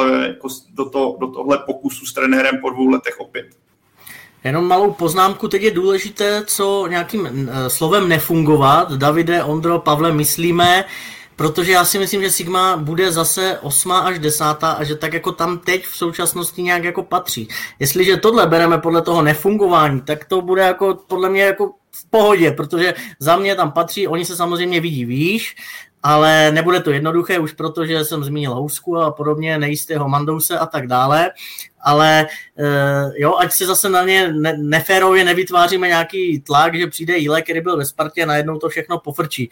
do tohle pokusu s trenérem po 2 letech opět. Jenom malou poznámku, teď je důležité, co nějakým slovem nefungovat. Davide, Ondro, Pavle, myslíme, protože já si myslím, že Sigma bude zase 8. až 10. a že tak jako tam teď v současnosti nějak jako patří. Jestliže tohle bereme podle toho nefungování, tak to bude jako podle mě jako v pohodě, protože za mě tam patří, oni se samozřejmě vidí výš, ale nebude to jednoduché už proto, že jsem zmínil Housku a podobně, nejistého Mandouse a tak dále, ale jo, ať si zase na ně neférově nevytváříme nějaký tlak, že přijde Jílek, který byl ve Spartě a najednou to všechno pofrčí.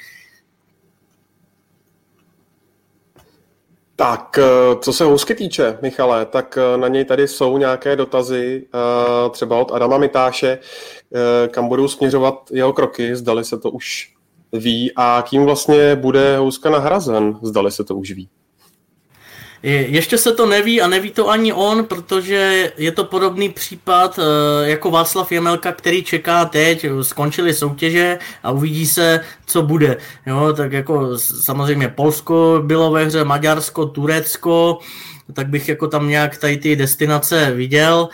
Tak, co se Housky týče, Michale, tak na něj tady jsou nějaké dotazy, třeba od Adama Mitáše, kam budou směřovat jeho kroky, zdali se to už ví a kým vlastně bude Houska nahrazen, zdali se to už ví. Ještě se to neví a neví to ani on, protože je to podobný případ jako Václav Jemelka, který čeká teď, skončily soutěže a uvidí se, co bude. Jo, tak jako samozřejmě Polsko bylo ve hře, Maďarsko, Turecko, tak bych jako tam nějak tady ty destinace viděl.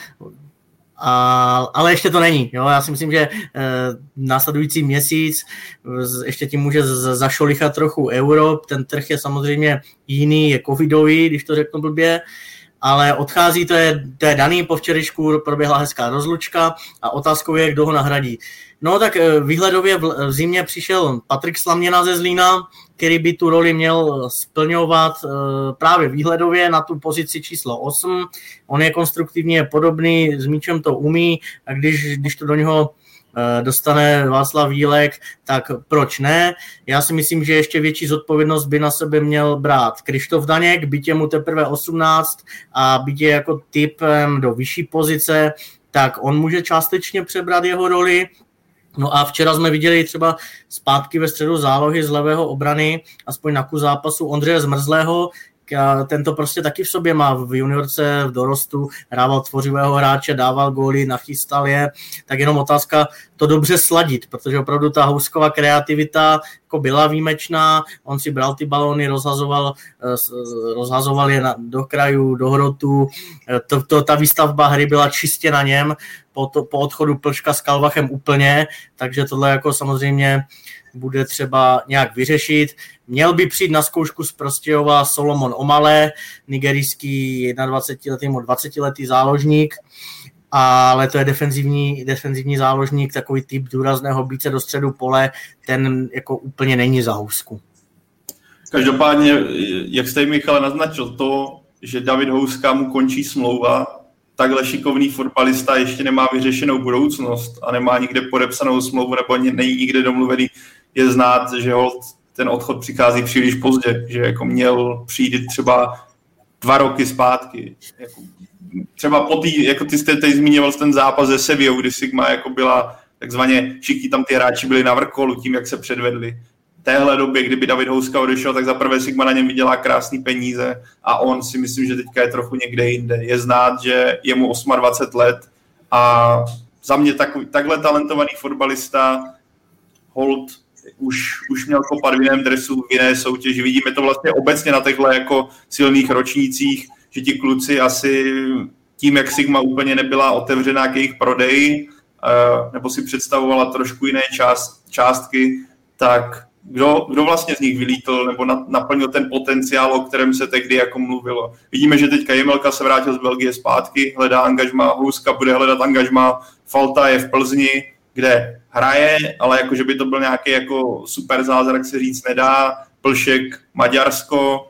Ale ještě to není. Jo? Já si myslím, že následující měsíc ještě tím může zašolichat trochu euro. Ten trh je samozřejmě jiný, je covidový, když to řeknu blbě, ale odchází, to je daný, po včerejšku proběhla hezká rozlučka a otázkou je, kdo ho nahradí. No tak výhledově v zimě přišel Patrik Slaměna ze Zlína, který by tu roli měl splňovat právě výhledově na tu pozici číslo 8. On je konstruktivně podobný, s míčem to umí a když to do něho dostane Václav Jílek, tak proč ne? Já si myslím, že ještě větší zodpovědnost by na sebe měl brát Krištof Daněk, byť je mu teprve 18 a byť je jako typem do vyšší pozice, tak on může částečně přebrat jeho roli. No a včera jsme viděli třeba zpátky ve středu zálohy z levého obrany, aspoň na kus zápasu Ondřeje Zmrzlého, ten to prostě taky v sobě má v juniorce, v dorostu, hrával tvořivého hráče, dával góly, nachystal je, tak jenom otázka to dobře sladit, protože opravdu ta Housková kreativita jako byla výjimečná, on si bral ty balóny, rozhazoval je do krajů, do hrotu, ta výstavba hry byla čistě na něm, po odchodu Plška s Kalvachem úplně, takže tohle jako samozřejmě bude třeba nějak vyřešit. Měl by přijít na zkoušku z Prostějova Solomon Omale, nigerijský 21letý, 20letý záložník, ale to je defenzivní záložník, takový typ důrazného bíce do středu pole, ten jako úplně není za Housku. Každopádně, jak jste Michale naznačil, to, že David Houska mu končí smlouva, takhle šikovný fotbalista ještě nemá vyřešenou budoucnost a nemá nikde podepsanou smlouvu nebo není nikde domluvený, je znát, že ten odchod přichází příliš pozdě, že jako měl přijít třeba 2 roky zpátky. Jako, třeba po tý, jako ty jste teď zmínil ten zápas ze Sevillou, kdy Sigma jako byla takzvaně, všichni tam ty hráči byli na vrcholu tím, jak se předvedli. V téhle době, kdyby David Houska odešel, tak zaprvé Sigma na něm vydělá krásný peníze a on si myslím, že teďka je trochu někde jinde. Je znát, že je mu 28 let a za mě takhle talentovaný fotbalista hold už měl kopat v jiném dresu, v jiné soutěži. Vidíme to vlastně obecně na těchto jako silných ročnících, že ti kluci asi tím, jak Sigma úplně nebyla otevřená k jejich prodeji, nebo si představovala trošku jiné částky, tak kdo vlastně z nich vylítl nebo naplnil ten potenciál, o kterém se tehdy jako mluvilo. Vidíme, že teďka Jemelka se vrátil z Belgie zpátky, hledá angažmá, Houska bude hledat angažmá, Falta je v Plzni, kde hraje, ale jako, že by to byl nějaký jako super zázrak, se říct nedá. Plšek, Maďarsko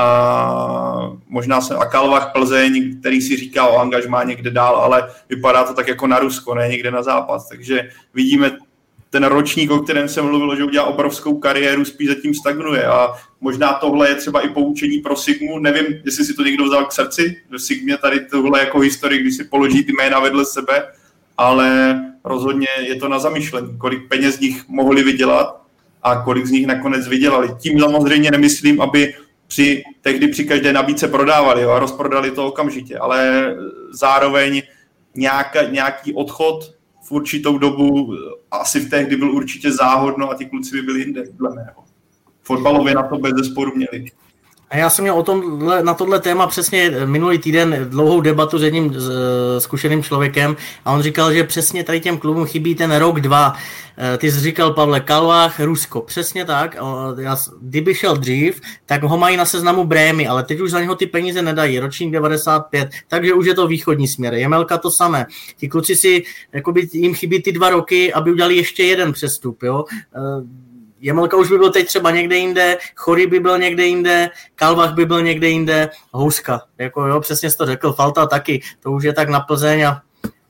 a možná a Kalvach Plzeň, který si říká o angažmá někde dál, ale vypadá to tak jako na Rusko, ne někde na západ. Takže vidíme ten ročník, o kterém se mluvilo, že udělá obrovskou kariéru, spíš zatím stagnuje a možná tohle je třeba i poučení pro Sigmu. Nevím, jestli si to někdo vzal k srdci, v Sigmě tady tohle jako historii, když si položí ty jména vedle sebe, ale rozhodně je to na zamyšlení, kolik peněz z nich mohli vydělat a kolik z nich nakonec vydělali. Tím samozřejmě nemyslím, aby tehdy při každé nabídce prodávali a rozprodali to okamžitě, ale zároveň nějaký odchod v určitou dobu asi v tehdy byl určitě záhodno a ti kluci by byli jinde, dle mého. Fotbalově na to bez zesporu měli. A já jsem měl na tohle téma přesně minulý týden dlouhou debatu s jedním zkušeným člověkem a on říkal, že přesně tady těm klubům chybí ten rok, 2. Ty jsi říkal, Pavle, Kalvach, Rusko, přesně tak. Kdyby šel dřív, tak ho mají na seznamu Brémy, ale teď už za něho ty peníze nedají. Ročník 95, takže už je to východní směr. Jemelka to samé. Ti kluci si, jakoby jim chybí ty 2 roky, aby udělali ještě jeden přestup, jo. Jemelka už by byl teď třeba někde jinde, Chory by byl někde jinde, Kalvach by byl někde jinde, Houska, jako jo, přesně jsi to řekl, Falta taky, to už je tak na Plzeň a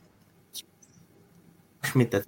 šmite.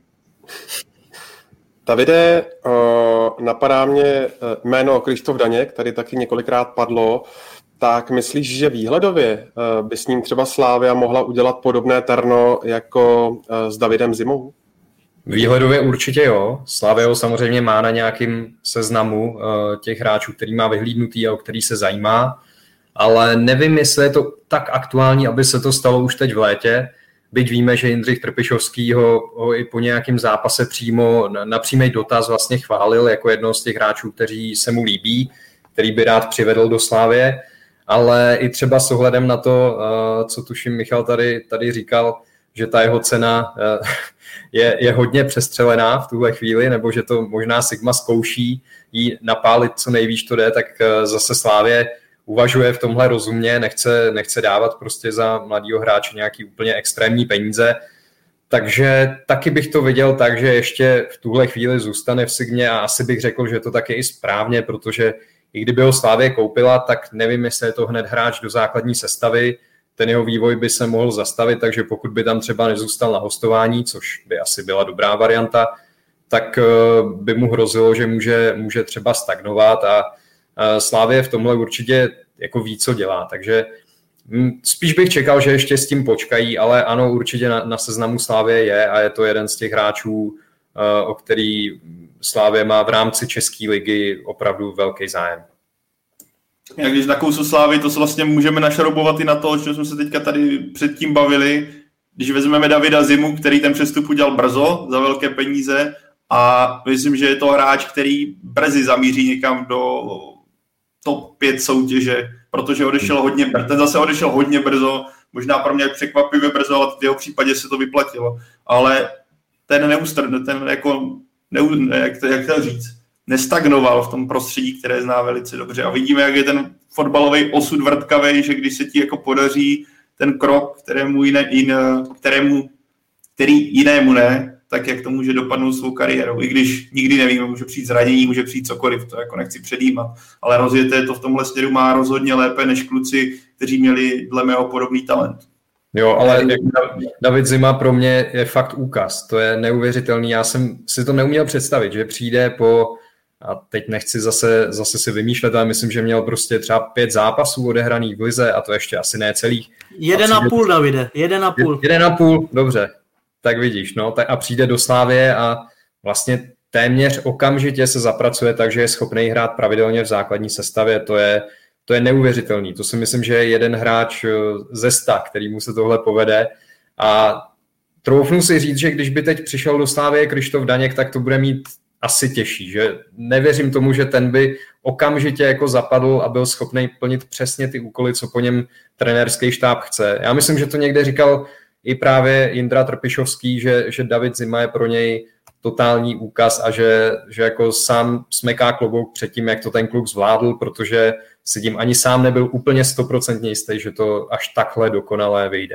Davide, napadá mě jméno Krištof Daněk, tady taky několikrát padlo, tak myslíš, že výhledově by s ním třeba Slavia mohla udělat podobné terno jako s Davidem Zimou? Výhledově určitě jo. Slavia ho samozřejmě má na nějakým seznamu těch hráčů, který má vyhlídnutý a o který se zajímá. ale nevím, jestli je to tak aktuální, aby se to stalo už teď v létě. Byť víme, že Jindřich Trpišovský ho i po nějakém zápase přímo na přímý dotaz vlastně chválil jako jednoho z těch hráčů, kteří se mu líbí, který by rád přivedl do Slavie, ale i třeba s ohledem na to, co tuším Michal tady říkal, že ta jeho cena je hodně přestřelená v tuhle chvíli, nebo že to možná Sigma zkouší jí napálit co nejvíc to jde, tak zase Slavie uvažuje v tomhle rozumně, nechce dávat prostě za mladýho hráče nějaký úplně extrémní peníze. Takže taky bych to viděl tak, že ještě v tuhle chvíli zůstane v Sigmě a asi bych řekl, že to tak je i správně, protože i kdyby ho Slavie koupila, tak nevím, jestli je to hned hráč do základní sestavy, ten jeho vývoj by se mohl zastavit, takže pokud by tam třeba nezůstal na hostování, což by asi byla dobrá varianta, tak by mu hrozilo, že může třeba stagnovat a Slavie v tomhle určitě jako ví, co dělá, takže spíš bych čekal, že ještě s tím počkají, ale ano, určitě na seznamu Slavie je a je to jeden z těch hráčů, o který Slavie má v rámci České ligy opravdu velký zájem. Jak když nakousu Slávy, to se vlastně můžeme našroubovat i na to, o čem jsme se teďka tady předtím bavili, když vezmeme Davida Zimu, který ten přestup udělal brzo za velké peníze a myslím, že je to hráč, který brzy zamíří někam do top 5 soutěže, protože ten zase odešel hodně brzo, možná pro mě překvapivě brzo, ale v jeho případě se to vyplatilo. Ale jak to říct, nestagnoval v tom prostředí, které zná velice dobře. A vidíme, jak je ten fotbalový osud vrtkavej, že když se ti jako podaří ten krok, který jinému ne, tak jak to může dopadnout svou kariérou. I když nikdy nevíme, může přijít zranění, může přijít cokoliv, to jako nechci předjímat. Ale rozjeté to v tomhle směru má rozhodně lépe než kluci, kteří měli dle mého podobný talent. Jo, ale David Zima pro mě je fakt úkaz. To je neuvěřitelný. Já jsem si to neuměl představit, že přijde po, a teď nechci zase si vymýšlet, ale myslím, že měl prostě třeba 5 zápasů odehraných v lize a to ještě asi ne celých. 1,5, Davide, 1,5. 1,5, dobře. Tak vidíš, no, a přijde do Slavie a vlastně téměř okamžitě se zapracuje, takže je schopný hrát pravidelně v základní sestavě. To je neuvěřitelný. To si myslím, že je jeden hráč ze 100, kterýmu se tohle povede. A troufnu si říct, že když by teď přišel do Slavie Krištof Daněk, tak to bude mít asi těžší. Že nevěřím tomu, že ten by okamžitě jako zapadl a byl schopný plnit přesně ty úkoly, co po něm trenérský štáb chce. Já myslím, že to někde říkal i právě Jindra Trpišovský, že David Zima je pro něj totální úkaz a že jako sám smeká klobouk před tím, jak to ten kluk zvládl, protože si tím ani sám nebyl úplně 100% jistý, že to až takhle dokonale vyjde.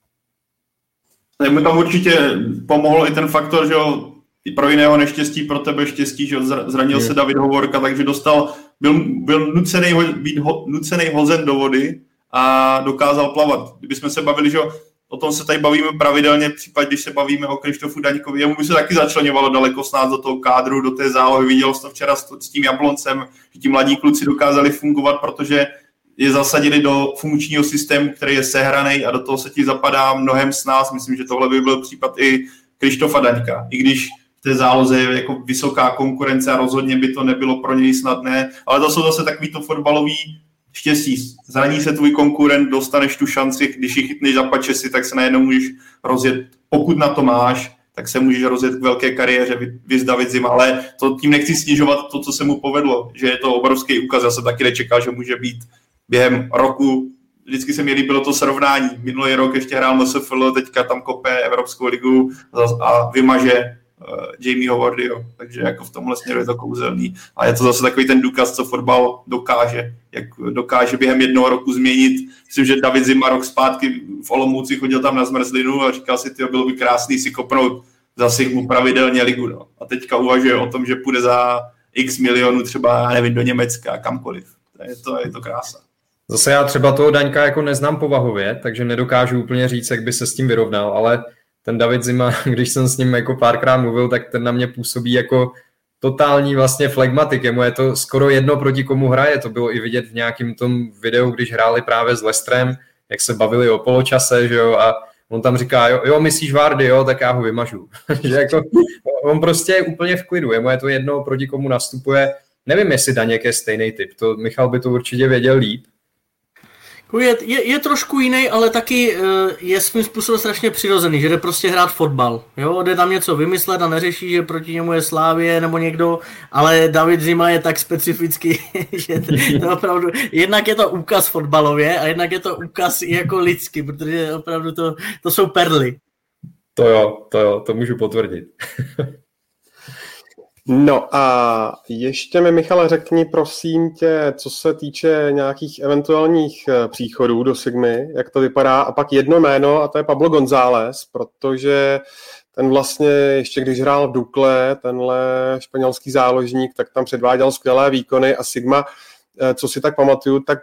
Tak mi tam určitě pomohl i ten faktor, že i pro jiného neštěstí, pro tebe štěstí, že zranil se David Hovorka, takže byl nucený hozen do vody a dokázal plavat. Kdybychom se bavili, že o tom se tady bavíme pravidelně, případně když se bavíme o Krištofu Daňkovi, jemu by se taky začleňovalo daleko s nás do toho kádru, do té zálohy. Viděl jsi to včera s tím Jabloncem, že ti mladí kluci dokázali fungovat, protože je zasadili do funkčního systému, který je sehraný a do toho se ti zapadá mnohem s nás. Myslím, že tohle by byl případ i Krištofa Daňka. I když v té záloze je jako vysoká konkurence a rozhodně by to nebylo pro něj snadné, ale to jsou zase takový to fotbalový štěstí. Zraní se tvůj konkurent, dostaneš tu šanci, když ji chytneš za pačesy, tak se najednou můžeš rozjet. Pokud na to máš, tak se můžeš rozjet k velké kariéře, viz David Zima, ale to tím nechci snižovat to, co se mu povedlo, že je to obrovský úkaz. Já jsem taky nečekal, že může být během roku. Vždycky se mi líbilo to srovnání. Minulý rok ještě hrál MSFL, teďka tam kope Evropskou ligu a vymaže Jamieho Vardyho, takže jako v tomhle směru je to kouzelný. A je to zase takový ten důkaz, co fotbal dokáže, jak dokáže během jednoho roku změnit. Myslím, že David Zima rok zpátky v Olomouci chodil tam na zmrzlinu a říkal si, bylo by krásný si kopnout za Sigmu pravidelně ligu. No. A teďka uvažuje o tom, že půjde za x milionů třeba, nevím, do Německa, kamkoliv. Je to krása. Zase já třeba toho Daňka jako neznám povahově, takže nedokážu úplně říct, jak by se s tím vyrovnal, ale ten David Zima, když jsem s ním jako párkrát mluvil, tak ten na mě působí jako totální vlastně flegmatik. Jemu je to skoro jedno, proti komu hraje. To bylo i vidět v nějakém tom videu, když hráli právě s Leicesterem, jak se bavili o poločase, že jo, a on tam říká, jo, myslíš Vardy, jo, tak já ho vymažu. Že jako, on prostě je úplně v klidu, jemu je to jedno, proti komu nastupuje. Nevím, jestli Daněk je stejný typ, to Michal by to určitě věděl líp. Je trošku jiný, ale taky je svým způsobem strašně přirozený, že jde prostě hrát fotbal. Jo? Jde tam něco vymyslet a neřeší, že proti němu je Slavie nebo někdo, ale David Zima je tak specifický, že to opravdu, jednak je to úkaz fotbalově a jednak je to úkaz i jako lidsky, protože opravdu to jsou perly. To jo, to můžu potvrdit. No a ještě mi, Michale, řekni prosím tě, co se týče nějakých eventuálních příchodů do Sigmy, jak to vypadá, a pak jedno jméno, a to je Pablo González, protože ten vlastně, ještě když hrál v Dukle, tenhle španělský záložník, tak tam předváděl skvělé výkony a Sigma, co si tak pamatuju, tak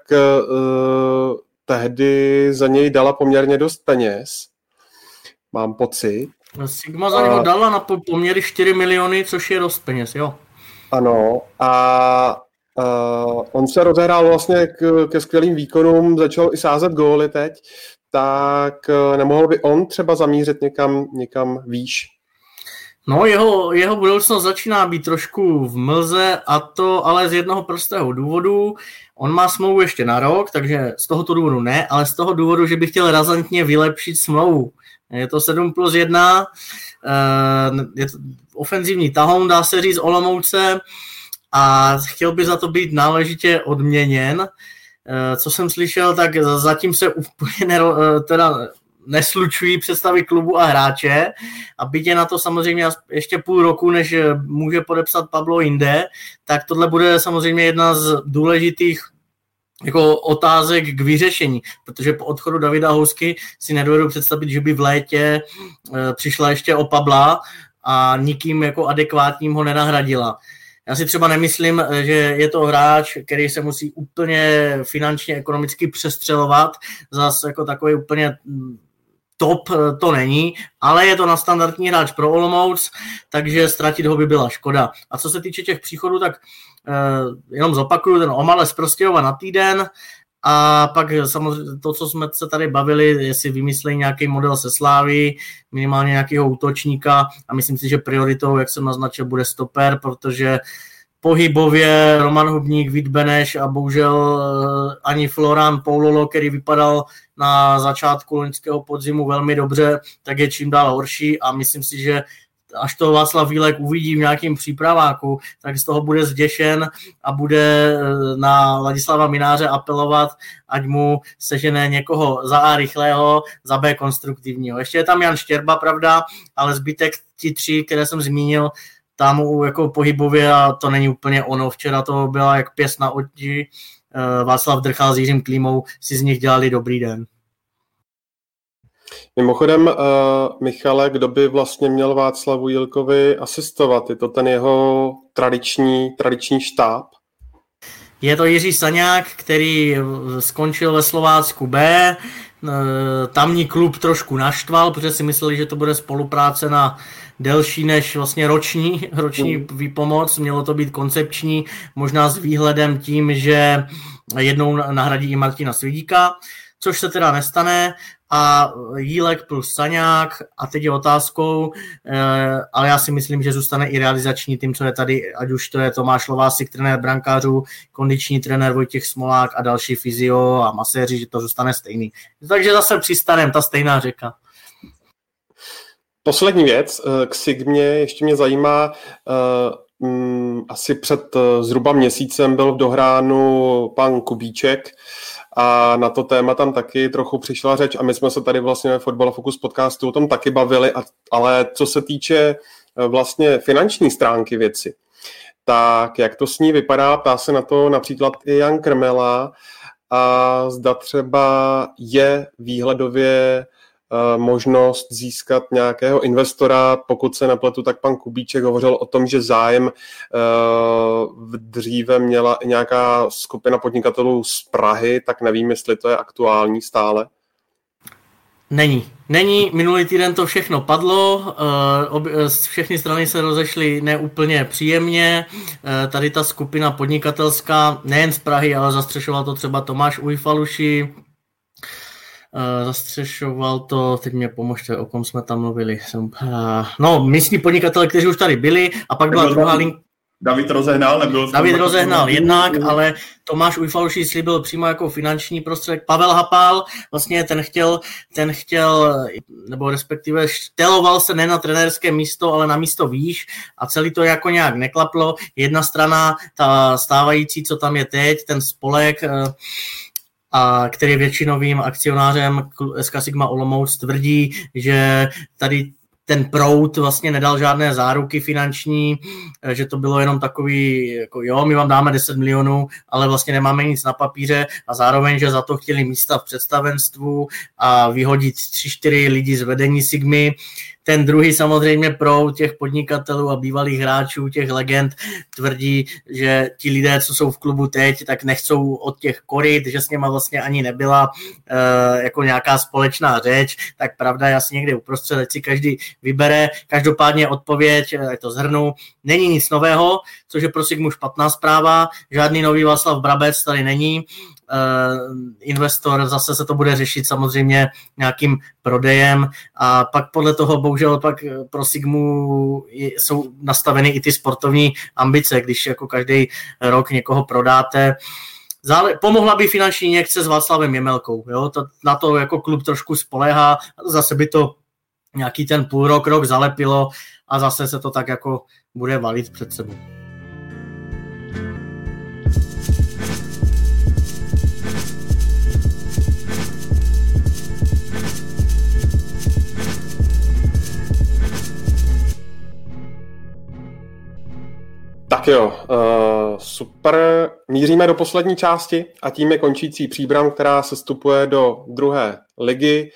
tehdy za něj dala poměrně dost peněz, mám pocit. Sigma za něho dala na poměry 4 miliony, což je dost peněz, jo. Ano, a on se rozehrál vlastně ke skvělým výkonům, začal i sázet góly teď, tak nemohl by on třeba zamířit někam výš? No, jeho budoucnost začíná být trošku v mlze, a to ale z jednoho prostého důvodu. On má smlouvu ještě na rok, takže z tohoto důvodu ne, ale z toho důvodu, že by chtěl razantně vylepšit smlouvu. Je to 7+1, je to ofenzivní tahoun, dá se říct, Olomouce, a chtěl by za to být náležitě odměněn. Co jsem slyšel, tak zatím se úplně neslučují představy klubu a hráče, a byť je na to samozřejmě ještě půl roku, než může podepsat Pablo jinde, tak tohle bude samozřejmě jedna z důležitých jako otázek k vyřešení, protože po odchodu Davida Housky si nedovedu představit, že by v létě přišla ještě o Pabla a nikým jako adekvátním ho nenahradila. Já si třeba nemyslím, že je to hráč, který se musí úplně finančně, ekonomicky přestřelovat, zase jako takový úplně top to není, ale je to nadstandardní hráč pro Olomouc, takže ztratit ho by byla škoda. A co se týče těch příchodů, tak jenom zopakuju ten Omale z Prostějova na týden, a pak samozřejmě to, co jsme se tady bavili, jestli vymyslí nějaký model se Slaví, minimálně nějakého útočníka, a myslím si, že prioritou, jak jsem naznačil, bude stoper, protože pohybově Roman Hubník, Vít Beneš a bohužel ani Florian Poulolo, který vypadal na začátku loňského podzimu velmi dobře, tak je čím dál horší, a myslím si, že až to Václav Vílek uvidí v nějakém přípraváku, tak z toho bude zděšen a bude na Ladislava Mináře apelovat, ať mu sežene někoho za A rychlého, za B konstruktivního. Ještě je tam Jan Štěrba, pravda, ale zbytek ti 3, které jsem zmínil, tam jako pohybově, a to není úplně ono. Včera to byla jak pěst na oči. Václav Drchal s Jiřím Klímou si z nich dělali dobrý den. Mimochodem, Michale, kdo by vlastně měl Václavu Jílkovi asistovat? Je to ten jeho tradiční štáb? Je to Jiří Saňák, který skončil ve Slovácku B. Tamní klub trošku naštval, protože si mysleli, že to bude spolupráce na delší než vlastně roční výpomoc. Mělo to být koncepční, možná s výhledem tím, že jednou nahradí i Martina Svidíka, což se teda nestane, a Jílek plus Saňák, a teď je otázkou, ale já si myslím, že zůstane i realizační tým, co je tady, ať už to je Tomáš Lovásik, trenér brankářů, kondiční trenér Vojtěch Smolák a další fyzio a maséři, že to zůstane stejný. Takže zase přistanem, ta stejná řeka. Poslední věc k Sigmě, ještě mě zajímá, asi před zhruba měsícem byl v Dohránu pan Kubíček, a na to téma tam taky trochu přišla řeč, a my jsme se tady vlastně ve Fotbal Focus podcastu o tom taky bavili, ale co se týče vlastně finanční stránky věci, tak jak to s ní vypadá, ptá se na to například i Jan Krmela, a zda třeba je výhledově možnost získat nějakého investora. Pokud se nepletu, tak pan Kubíček hovořil o tom, že zájem dříve měla i nějaká skupina podnikatelů z Prahy, tak nevím, jestli to je aktuální stále. Není, minulý týden to všechno padlo, všechny strany se rozešly neúplně příjemně, tady ta skupina podnikatelská, nejen z Prahy, ale zastřešoval to třeba Tomáš Ujfaluši, zastřešoval to, teď mě pomožte, o kom jsme tam mluvili. No, místní podnikatele, kteří už tady byli, a pak byla druhá linka. David rozehnal, nebyl? David rozehnal jednak, ale Tomáš Ujfalší slíbil přímo jako finanční prostředek. Pavel Hapal, vlastně ten chtěl, nebo respektive šteloval se ne na trenérské místo, ale na místo výš a celý to jako nějak neklaplo. Jedna strana, ta stávající, co tam je teď, ten spolek, a který je většinovým akcionářem SK Sigma Olomouc, tvrdí, že tady ten proud vlastně nedal žádné záruky finanční, že to bylo jenom takový, jako jo, my vám dáme 10 milionů, ale vlastně nemáme nic na papíře a zároveň, že za to chtěli místa v představenstvu a vyhodit 3-4 lidi z vedení Sigmy. Ten druhý samozřejmě proud těch podnikatelů a bývalých hráčů, těch legend, tvrdí, že ti lidé, co jsou v klubu teď, tak nechcou od těch koryt, že s něma vlastně ani nebyla jako nějaká společná řeč, tak pravda je asi někde uprostřed, ať si každý vybere. Každopádně odpověď, jak to shrnu, není nic nového, což je pro Sigmu špatná zpráva, žádný nový Václav Brabec tady není, investor, zase se to bude řešit samozřejmě nějakým prodejem a pak podle toho bohužel pak pro Sigmu jsou nastaveny i ty sportovní ambice, když jako každý rok někoho prodáte. Pomohla by finanční injekce s Václavem Jemelkou, jo? Na to jako klub trošku spoléhá, zase by to nějaký ten rok zalepilo a zase se to tak jako bude valit před sebou. Tak jo, super. Míříme do poslední části a tím je končící Příbram, která sestupuje do druhé ligy.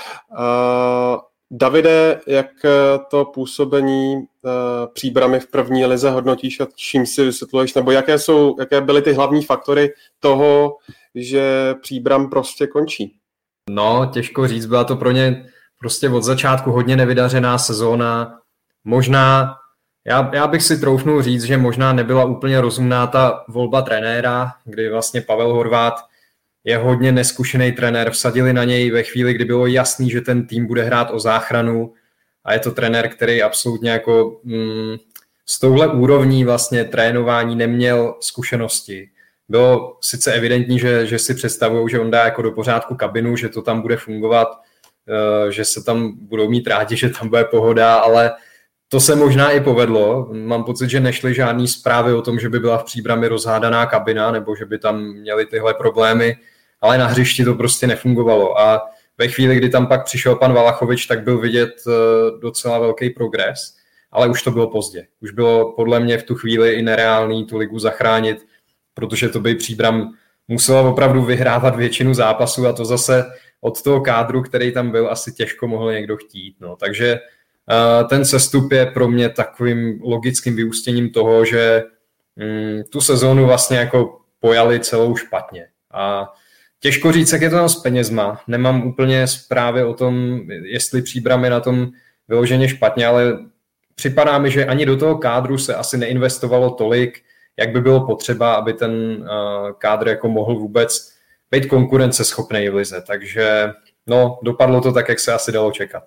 Davide, jak to působení Příbramy v první lize hodnotíš a čím si vysvětluješ, nebo jaké byly ty hlavní faktory toho, že Příbram prostě končí? No, těžko říct, byla to pro ně prostě od začátku hodně nevydařená sezóna. Možná Já bych si troufnul říct, že možná nebyla úplně rozumná ta volba trenéra, kdy vlastně Pavel Horváth je hodně neskušený trenér, vsadili na něj ve chvíli, kdy bylo jasný, že ten tým bude hrát o záchranu a je to trenér, který absolutně jako s touhle úrovní vlastně trénování neměl zkušenosti. Bylo sice evidentní, že si představují, že on dá jako do pořádku kabinu, že to tam bude fungovat, že se tam budou mít rádi, že tam bude pohoda, ale to se možná i povedlo. Mám pocit, že nešly žádný zprávy o tom, že by byla v Příbrami rozhádaná kabina nebo že by tam měli tyhle problémy, ale na hřišti to prostě nefungovalo. A ve chvíli, kdy tam pak přišel pan Valachovič, tak byl vidět docela velký progres, ale už to bylo pozdě. Už bylo podle mě v tu chvíli i nereálný tu ligu zachránit, protože to by Příbram musela opravdu vyhrávat většinu zápasů a to zase od toho kádru, který tam byl, asi těžko mohl někdo chtít. No. Takže ten sestup je pro mě takovým logickým vyústěním toho, že tu sezónu vlastně jako pojali celou špatně. A těžko říct, jak je to tam s penězma. Nemám úplně zprávy o tom, jestli Příbram je na tom vyloženě špatně, ale připadá mi, že ani do toho kádru se asi neinvestovalo tolik, jak by bylo potřeba, aby ten kádr jako mohl vůbec být konkurenceschopný v lize. Takže no, dopadlo to tak, jak se asi dalo čekat.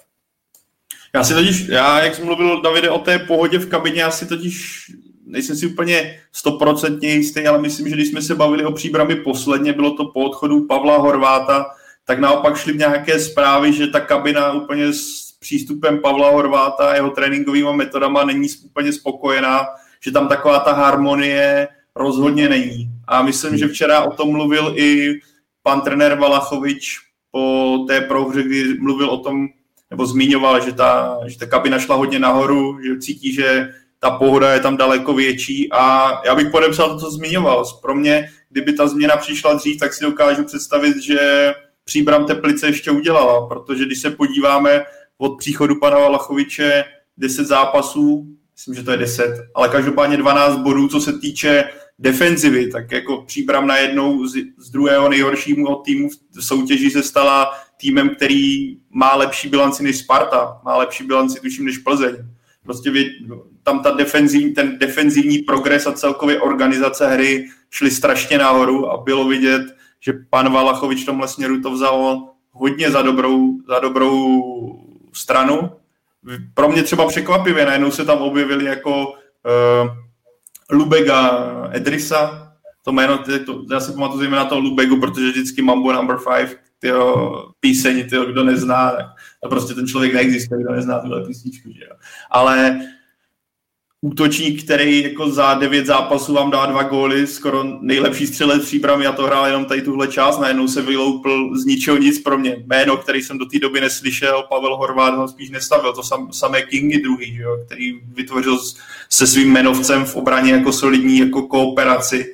Já jak jsem mluvil, Davide, o té pohodě v kabině, nejsem si úplně 100% jistý, ale myslím, že když jsme se bavili o Příbrami posledně, bylo to po odchodu Pavla Horváta, tak naopak šly nějaké zprávy, že ta kabina úplně s přístupem Pavla Horváta a jeho tréninkovými metodama není úplně spokojená, že tam taková ta harmonie rozhodně není. A myslím, že včera o tom mluvil i pan trenér Valachovič po té prohře, kdy mluvil o tom, nebo zmiňoval, že ta kabina šla hodně nahoru, že cítí, že ta pohoda je tam daleko větší a já bych podepsal to, co zmiňoval. Pro mě, kdyby ta změna přišla dřív, tak si dokážu představit, že Příbram Teplice ještě udělala, protože když se podíváme od příchodu pana Valachoviče 10 zápasů, myslím, že to je 10, ale každopádně 12 bodů, co se týče defenzivy, tak jako Příbram najednou z druhého nejhoršího týmu v soutěži se stala týmem, který má lepší bilanci než Sparta, má lepší bilanci tuším než Plzeň. Prostě tam ten defenzivní progres a celkově organizace hry šly strašně nahoru a bylo vidět, že pan Valachovič v tomhle směru to vzal hodně za dobrou stranu. Pro mě třeba překvapivě, najednou se tam objevili jako Lubega Edrisa, to jméno, já si pamatuju zejména toho Lubegu, protože vždycky Mambo No. 5, píseň, kdo nezná, a prostě ten člověk neexistuje, kdo nezná tuhle písničku, že jo. Ale útočník, který jako za 9 zápasů vám dá 2 góly, skoro nejlepší střelec Příbrami, já to hrál jenom tady tuhle část, najednou se vyloupil z ničeho nic pro mě. Jméno, který jsem do té doby neslyšel, Pavel Horváth ho spíš nestavil, to samé Kingy druhý, že jo, který vytvořil se svým jmenovcem v obraně jako solidní jako kooperaci.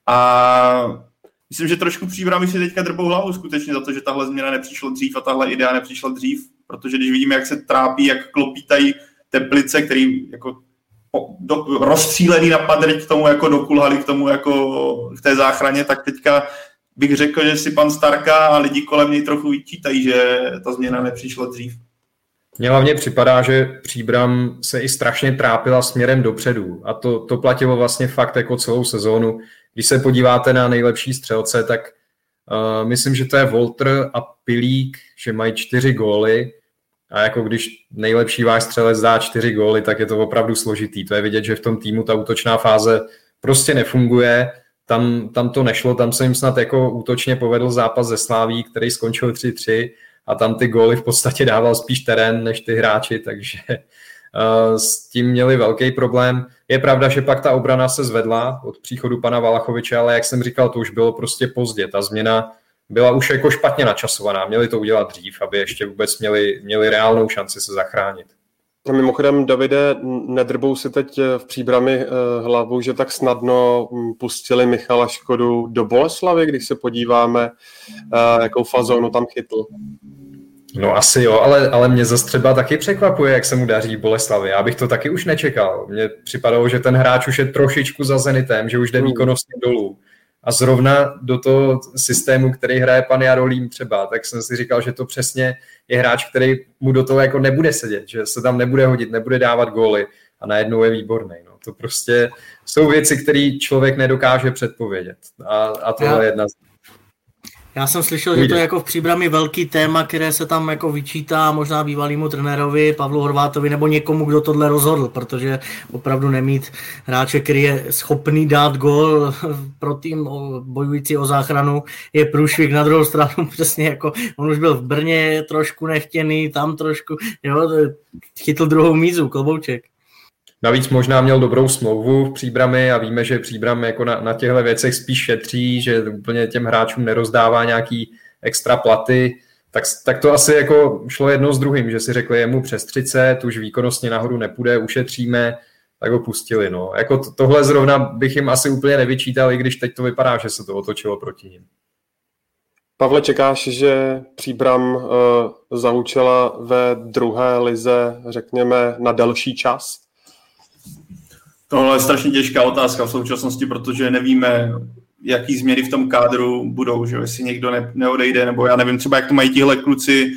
A myslím, že trošku Příbrami si teďka drbou hlavu skutečně za to, že tahle změna nepřišla dřív a tahle idea nepřišla dřív, protože když vidíme, jak se trápí, jak klopítají Teplice, který jako rozstřílený napadry k tomu jako dokulhali, k tomu jako k té záchraně, tak teďka bych řekl, že si pan Starka a lidi kolem něj trochu vyčítají, že ta změna nepřišla dřív. Mně hlavně připadá, že Příbram se i strašně trápila směrem dopředu a to platilo vlastně fakt jako celou sezónu. Když se podíváte na nejlepší střelce, tak myslím, že to je Wolter a Pilík, že mají 4 góly a jako když nejlepší váš střelec dá 4 góly, tak je to opravdu složitý. To je vidět, že v tom týmu ta útočná fáze prostě nefunguje, tam to nešlo, tam se jim snad jako útočně povedl zápas ze Sláví, který skončil 3-3 a tam ty góly v podstatě dával spíš terén než ty hráči, takže s tím měli velký problém. Je pravda, že pak ta obrana se zvedla od příchodu pana Valachoviče, ale jak jsem říkal, to už bylo prostě pozdě. Ta změna byla už jako špatně načasovaná. Měli to udělat dřív, aby ještě vůbec měli reálnou šanci se zachránit. A mimochodem, Davide, nedrbou si teď v Příbrami hlavu, že tak snadno pustili Michala Škodu do Boleslavy, když se podíváme, jakou fazónu tam chytl. No asi jo, ale mě zase třeba taky překvapuje, jak se mu daří Boleslavy. Já bych to taky už nečekal. Mně připadalo, že ten hráč už je trošičku za Zenitem, že už jde výkonnostně dolů. A zrovna do toho systému, který hraje pan Jarolím třeba, tak jsem si říkal, že to přesně je hráč, který mu do toho jako nebude sedět, že se tam nebude hodit, nebude dávat góly a najednou je výborný. No. To prostě jsou věci, které člověk nedokáže předpovědět. A tohle je jedna z... Já jsem slyšel, že to je jako v Příbrami velký téma, které se tam jako vyčítá možná bývalýmu trenérovi Pavlu Horvátovi nebo někomu, kdo tohle rozhodl, protože opravdu nemít hráče, který je schopný dát gól pro tým bojující o záchranu, je průšvih. Na druhou stranu přesně jako on už byl v Brně trošku nechtěný, tam trošku, jo, chytl druhou mízu, klobouček. Navíc možná měl dobrou smlouvu v Příbrami a víme, že Příbram jako na těchto věcech spíš šetří, že úplně těm hráčům nerozdává nějaký extra platy, tak to asi jako šlo jedno s druhým, že si řekli, je mu přes 30, už výkonnostně nahoru nepůjde, ušetříme, tak ho pustili. No. Jako tohle zrovna bych jim asi úplně nevyčítal, i když teď to vypadá, že se to otočilo proti nim. Pavle, čekáš, že Příbram zahučela ve druhé lize, řekněme, na delší čas? Tohle je strašně těžká otázka v současnosti, protože nevíme, jaký změny v tom kádru budou, že jestli někdo neodejde, nebo já nevím, třeba jak to mají tihle kluci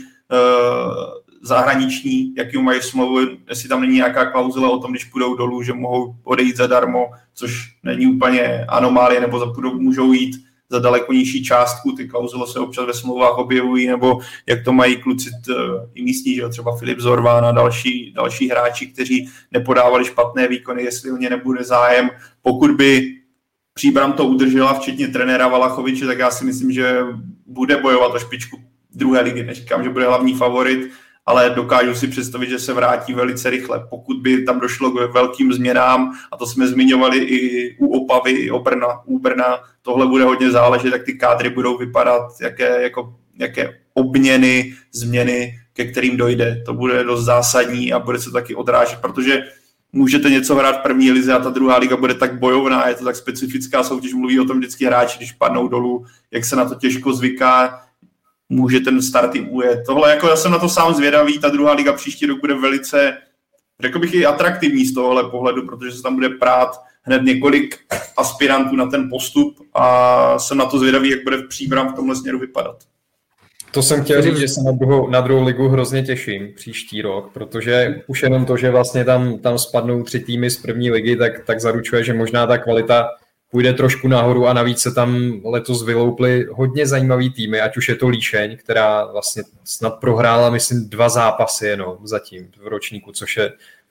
zahraniční, jaký mají smlouvu, jestli tam není nějaká klauzule o tom, když půjdou dolů, že mohou odejít zadarmo, což není úplně anomálie, nebo můžou jít za daleko nižší částku, ty klauzule se občas ve smlouvách objevují, nebo jak to mají kluci i místní, že třeba Filip Zorván a další hráči, kteří nepodávali špatné výkony, jestli o ně nebude zájem. Pokud by Příbram to udržela, včetně trenéra Valachoviče, tak já si myslím, že bude bojovat o špičku druhé ligy. Neříkám, že bude hlavní favorit, ale dokážu si představit, že se vrátí velice rychle. Pokud by tam došlo k velkým změnám, a to jsme zmiňovali i u Opavy, i u Brna, tohle bude hodně záležet, jak ty kádry budou vypadat, jaké obměny, změny, ke kterým dojde. To bude dost zásadní a bude se taky odrážet, protože můžete něco hrát v první lize a ta druhá liga bude tak bojovná, je to tak specifická soutěž, mluví o tom vždycky hráči, když padnou dolů, jak se na to těžko zvyká, může ten start i ujet. Tohle, jako já jsem na to sám zvědavý, ta druhá liga příští rok bude velice, řekl bych, i atraktivní z tohohle pohledu, protože se tam bude prát hned několik aspirantů na ten postup a jsem na to zvědavý, jak bude v Příbram v tomhle směru vypadat. To jsem chtěl říct, že se na druhou ligu hrozně těším příští rok, protože už jenom to, že vlastně tam spadnou 3 týmy z první ligy, tak zaručuje, že možná ta kvalita půjde trošku nahoru a navíc se tam letos vylouply hodně zajímavý týmy, ať už je to Líšeň, která vlastně snad prohrála, myslím, 2 zápasy jenom zatím v ročníku, což je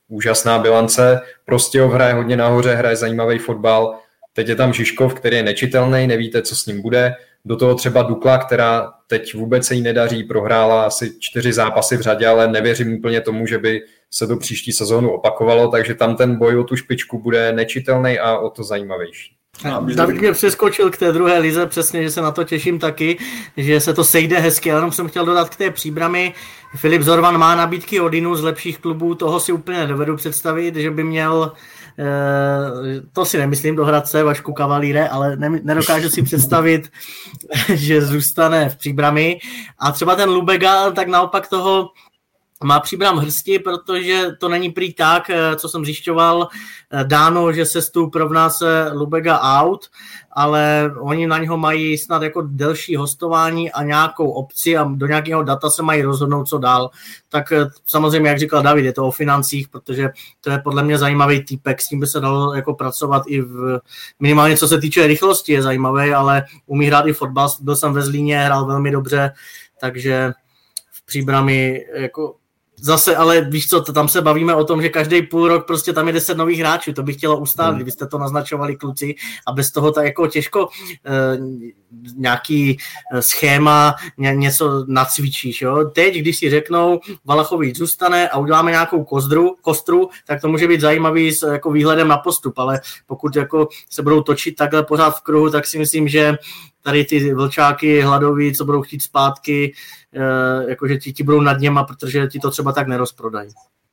úžasná bilance. Prostějov hraje hodně nahoře, hraje zajímavý fotbal. Teď je tam Žižkov, který je nečitelný, nevíte, co s ním bude. Do toho třeba Dukla, která teď vůbec se jí nedaří, prohrála asi 4 zápasy v řadě, ale nevěřím úplně tomu, že by se do příští sezónu opakovalo, takže tam ten boj o tu špičku bude nečitelný a o to zajímavější. David mě přeskočil k té druhé lize, přesně, že se na to těším taky, že se to sejde hezky, ale jenom jsem chtěl dodat k té Příbrami. Filip Zorvan má nabídky od jinů z lepších klubů, toho si úplně nedovedu představit, že by měl, to si nemyslím, do Hradce, Vašku Kavalíre, ale nedokážu si představit, že zůstane v Příbrami. A třeba ten Lubega, tak naopak toho má Příbram hrsti, protože to není prý tak, co jsem zjišťoval, dáno, že sestup rovná se Lubega out, ale oni na něho mají snad jako delší hostování a nějakou opci a do nějakého data se mají rozhodnout, co dál. Tak samozřejmě, jak říkal David, je to o financích, protože to je podle mě zajímavý týpek, s tím by se dalo jako pracovat i minimálně co se týče rychlosti je zajímavý, ale umí hrát i fotbal, byl jsem ve Zlíně, hrál velmi dobře, takže v Příbrami jako zase, ale víš co, tam se bavíme o tom, že každý půl rok prostě tam je 10 nových hráčů, to bych chtělo ustát, kdybyste to naznačovali kluci a bez toho tak jako těžko nějaký schéma, něco nacvičíš, jo. Teď, když si řeknou, Valachovič zůstane a uděláme nějakou kostru, tak to může být zajímavý s jako výhledem na postup, ale pokud jako se budou točit takhle pořád v kruhu, tak si myslím, že tady ty vlčáky hladoví, co budou chtít zpátky, jakože ti budou nad něma, protože ti to třeba tak nerozprodají.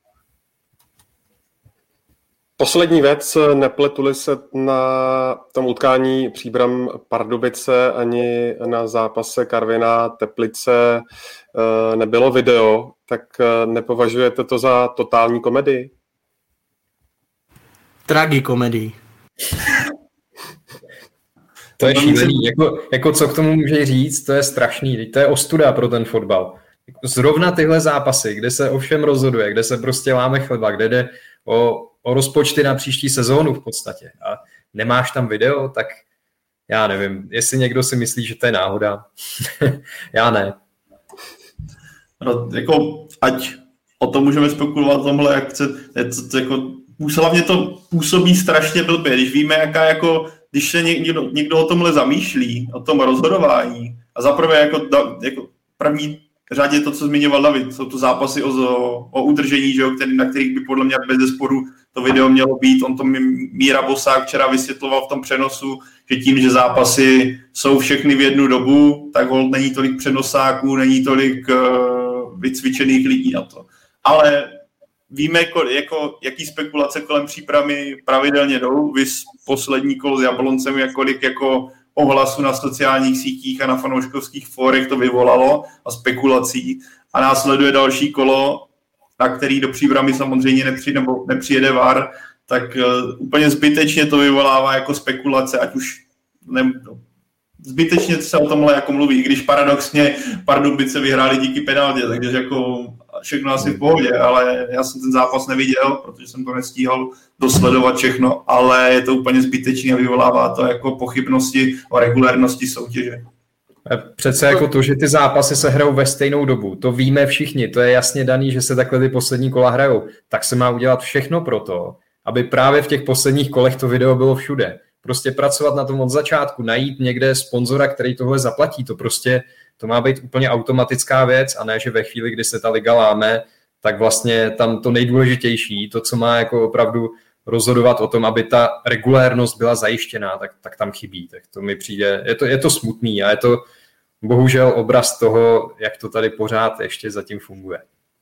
Poslední věc, nepletuli se na tom utkání Příbram Pardubice ani na zápase Karviná Teplice nebylo video, tak nepovažujete to za totální komedii? Tragikomedii. To je šílený. Jako co k tomu může říct, to je strašný. To je ostuda pro ten fotbal. Zrovna tyhle zápasy, kde se o všem rozhoduje, kde se prostě láme chleba, kde jde o rozpočty na příští sezónu v podstatě. A nemáš tam video, tak já nevím. Jestli někdo si myslí, že to je náhoda. Já ne. No, jako, ať o tom můžeme spekulovat o tomhle, jak chce, jako, hlavně to působí strašně blbě, když víme, jaká jako když se někdo o tomhle zamýšlí, o tom rozhodování, a zaprvé jako první řadě to, co zmiňoval David, jsou to zápasy o udržení, že jo, na kterých by podle mě bez zesporu to video mělo být. On to Míra Bosák včera vysvětloval v tom přenosu, že tím, že zápasy jsou všechny v jednu dobu, tak holt není tolik přenosáků, není tolik vycvičených lidí na to. Ale víme, jaký spekulace kolem přípravy pravidelně jdou. Vys poslední kolo s Jabloncem, kolik jako ohlasu na sociálních sítích a na fanouškovských fórech to vyvolalo a spekulací. A následuje další kolo, na který do Příbramy samozřejmě nepřijede VAR, tak úplně zbytečně to vyvolává jako spekulace, ať už zbytečně se o tomhle jako mluví, když paradoxně Pardubice vyhráli díky penaltě, takže jako všechno asi v pohodě, ale já jsem ten zápas neviděl, protože jsem to nestíhal dosledovat všechno, ale je to úplně zbytečné a vyvolává to jako pochybnosti o regulérnosti soutěže. Přece jako to, že ty zápasy se hrajou ve stejnou dobu, to víme všichni, to je jasně daný, že se takhle ty poslední kola hrajou, tak se má udělat všechno pro to, aby právě v těch posledních kolech to video bylo všude. Prostě pracovat na tom od začátku, najít někde sponzora, který tohle zaplatí, to má být úplně automatická věc a ne, že ve chvíli, kdy se ta liga láme, tak vlastně tam to nejdůležitější, to, co má jako opravdu rozhodovat o tom, aby ta regulérnost byla zajištěná, tak tam chybí. Tak to mi přijde, je to smutný a je to bohužel obraz toho, jak to tady pořád ještě zatím funguje.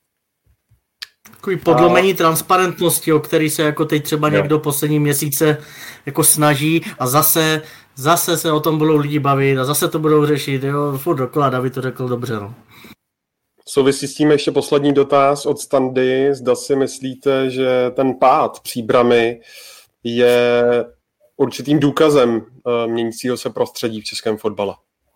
Takový podlomení transparentnosti, o který se jako teď třeba někdo poslední měsíce jako snaží a zase se o tom budou lidi bavit a zase to budou řešit, jo, furt dokola, David to řekl dobře, no. Souvisí s tím ještě poslední dotaz od Standy. Zda si myslíte, že ten pád Příbramy je určitým důkazem měnícího se prostředí v českém fotbale?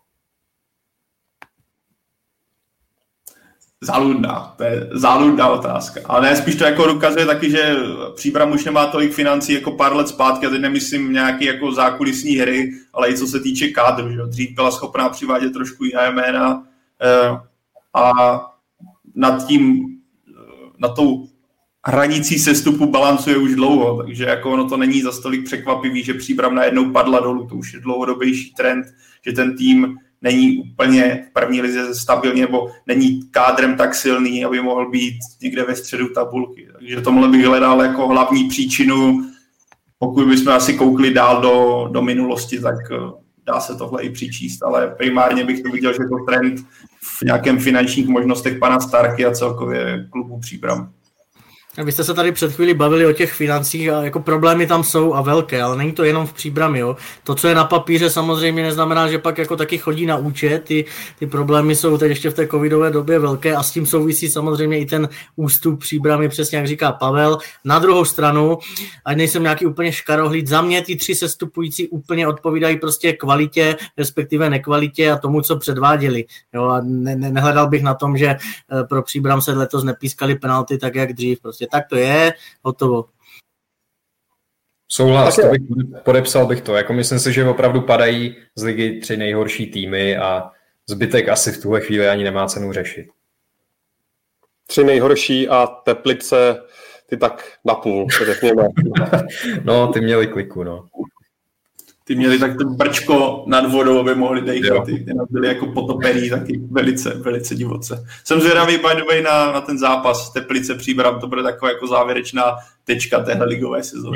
To je záludná otázka. Ale ne, spíš to jako dokazuje taky, že Příbram už nemá tolik financí jako pár let zpátky, a teď nemyslím nějaký jako zákulisní hry, ale i co se týče kádru. Že? Dřív byla schopná přivádět trošku jiná jména a nad tou hranicí sestupu balancuje už dlouho, takže jako ono to není za tolik překvapivý, že Příbram najednou padla dolů, to už je dlouhodobější trend, že ten tým není úplně v první lize stabilní, nebo není kádrem tak silný, aby mohl být někde ve středu tabulky. Takže tomhle bych hledal jako hlavní příčinu. Pokud bychom asi koukli dál do minulosti, tak dá se tohle i přičíst, ale primárně bych to viděl, že to trend v nějakém finančních možnostech pana Starky a celkově klubu Příbram. Vy jste se tady před chvíli bavili o těch financích a jako problémy tam jsou a velké, ale není to jenom v Příbrami. Jo. To, co je na papíře, samozřejmě neznamená, že pak jako taky chodí na účet. Ty problémy jsou teď ještě v té covidové době velké a s tím souvisí samozřejmě i ten ústup Příbrami, přesně jak říká Pavel. Na druhou stranu, ať nejsem nějaký úplně škarohlíd, za mě ty 3 sestupující úplně odpovídají prostě kvalitě, respektive nekvalitě a tomu, co předváděli. Jo, a nehledal bych na tom, že pro Příbram se letos nepískaly penalty tak, jak dřív. Prostě tak to je, hotovo. Souhlas, podepsal bych to. Jako myslím si, že opravdu padají z ligy 3 nejhorší týmy a zbytek asi v tuhle chvíli ani nemá cenu řešit. 3 nejhorší a Teplice, ty tak napůl, řekněme. No, ty měli kliku, no. Ty měli tak to brčko nad vodou, aby mohli dejchat. Ty byli jako potopený taky velice, velice divoce. Jsem zvědavý, by the way, na ten zápas Teplice Příbram, to bude taková jako závěrečná tečka téhle ligové sezóny.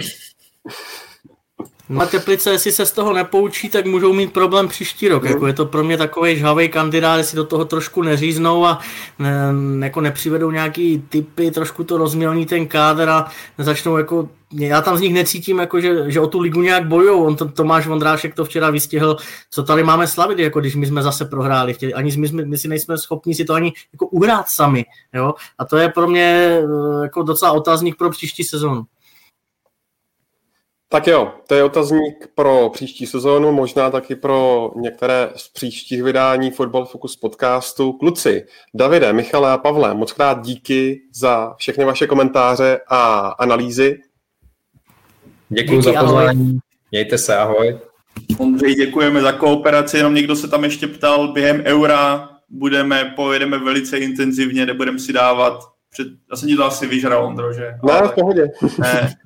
No a Teplice, jestli se z toho nepoučí, tak můžou mít problém příští rok. Jako je to pro mě takový žhavej kandidát, jestli do toho trošku neříznou a jako nepřivedou nějaký typy, trošku to rozmělní ten kádr a začnou jako, já tam z nich necítím, jako že o tu ligu nějak bojujou. Tomáš Vondrášek to včera vystihl, co tady máme slavit, jako když my jsme zase prohráli. My si nejsme schopni si to ani jako uhrát sami. Jo? A to je pro mě jako docela otazník pro příští sezónu. Tak jo, to je otazník pro příští sezónu, možná taky pro některé z příštích vydání Football Focus podcastu. Kluci, Davide, Michale a Pavle, moc krát díky za všechny vaše komentáře a analýzy. Děkuji za pozvání, mějte se, ahoj. Ondřej, děkujeme za kooperaci, jenom někdo se tam ještě ptal, během Eura pojedeme velice intenzivně, nebudeme si dávat, já jsem ti to asi vyžral, Ondro, že? Ne, v pohodě. Ne.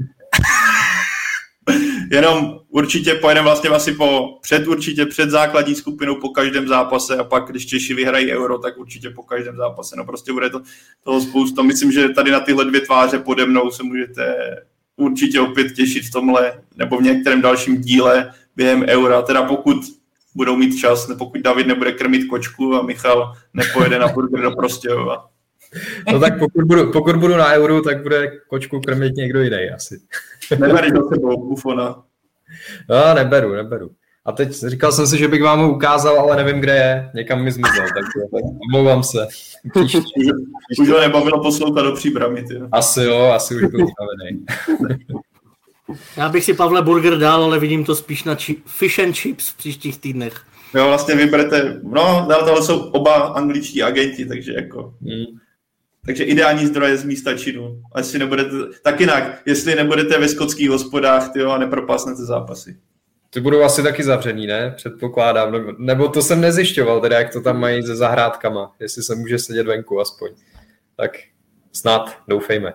Jenom určitě pojedeme vlastně asi před základní skupinou po každém zápase a pak, když Češi vyhrají Euro, tak určitě po každém zápase. No prostě bude toho spousta. Myslím, že tady na tyhle 2 tváře pode mnou se můžete určitě opět těšit v tomhle nebo v některém dalším díle během Eura. Teda pokud budou mít čas, pokud David nebude krmit kočku a Michal nepojede na burger do Prostějova. No tak pokud budu na Euru, tak bude kočku krmit někdo jiný asi. Neberu do sebou Buffona. No, neberu. A teď říkal jsem si, že bych vám ho ukázal, ale nevím, kde je. Někam mi zmizel, tak omlouvám se. Už ho nebavilo poslouchat do Příbrami. Asi už byl unavený. Já bych si, Pavle, burger dal, ale vidím to spíš na fish and chips v příštích týdnech. Jo, vlastně vyberete, tohle jsou oba angličtí agenti, takže jako... Takže ideální zdroje z místa činu. Asi nebudete, tak jinak, jestli nebudete ve skotských hospodách, a nepropásnete zápasy. Ty budou asi taky zavřený, ne? Předpokládám. Nebo to jsem nezjišťoval, teda jak to tam mají se zahrádkama. Jestli se může sedět venku aspoň. Tak snad, doufejme.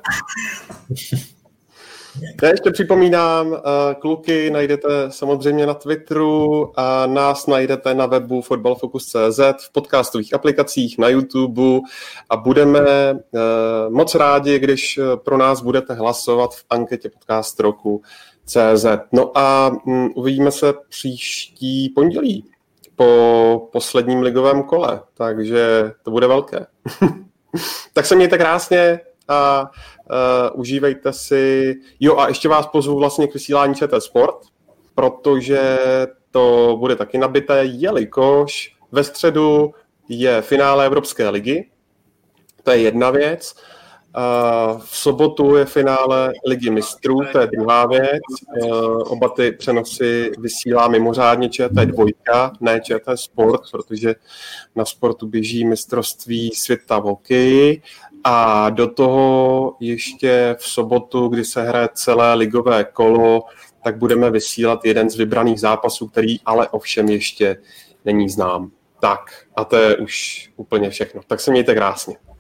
Já ještě připomínám, kluky najdete samozřejmě na Twitteru a nás najdete na webu footballfocus.cz, v podcastových aplikacích, na YouTube a budeme moc rádi, když pro nás budete hlasovat v anketě podcast roku.cz. No a uvidíme se příští pondělí po posledním ligovém kole, takže to bude velké. Tak se mějte krásně a užívejte si. Jo, a ještě vás pozvu vlastně k vysílání ČT Sport, protože to bude taky nabité, jelikož ve středu je finále Evropské ligy. To je jedna věc. V sobotu je finále Ligy mistrů, to je druhá věc. Oba ty přenosy vysílá mimořádně ČT2, ne ČT Sport, protože na Sportu běží mistrovství světa v hokeji. A do toho ještě v sobotu, kdy se hraje celé ligové kolo, tak budeme vysílat jeden z vybraných zápasů, který ale ovšem ještě není znám. Tak, a to je už úplně všechno. Tak se mějte krásně.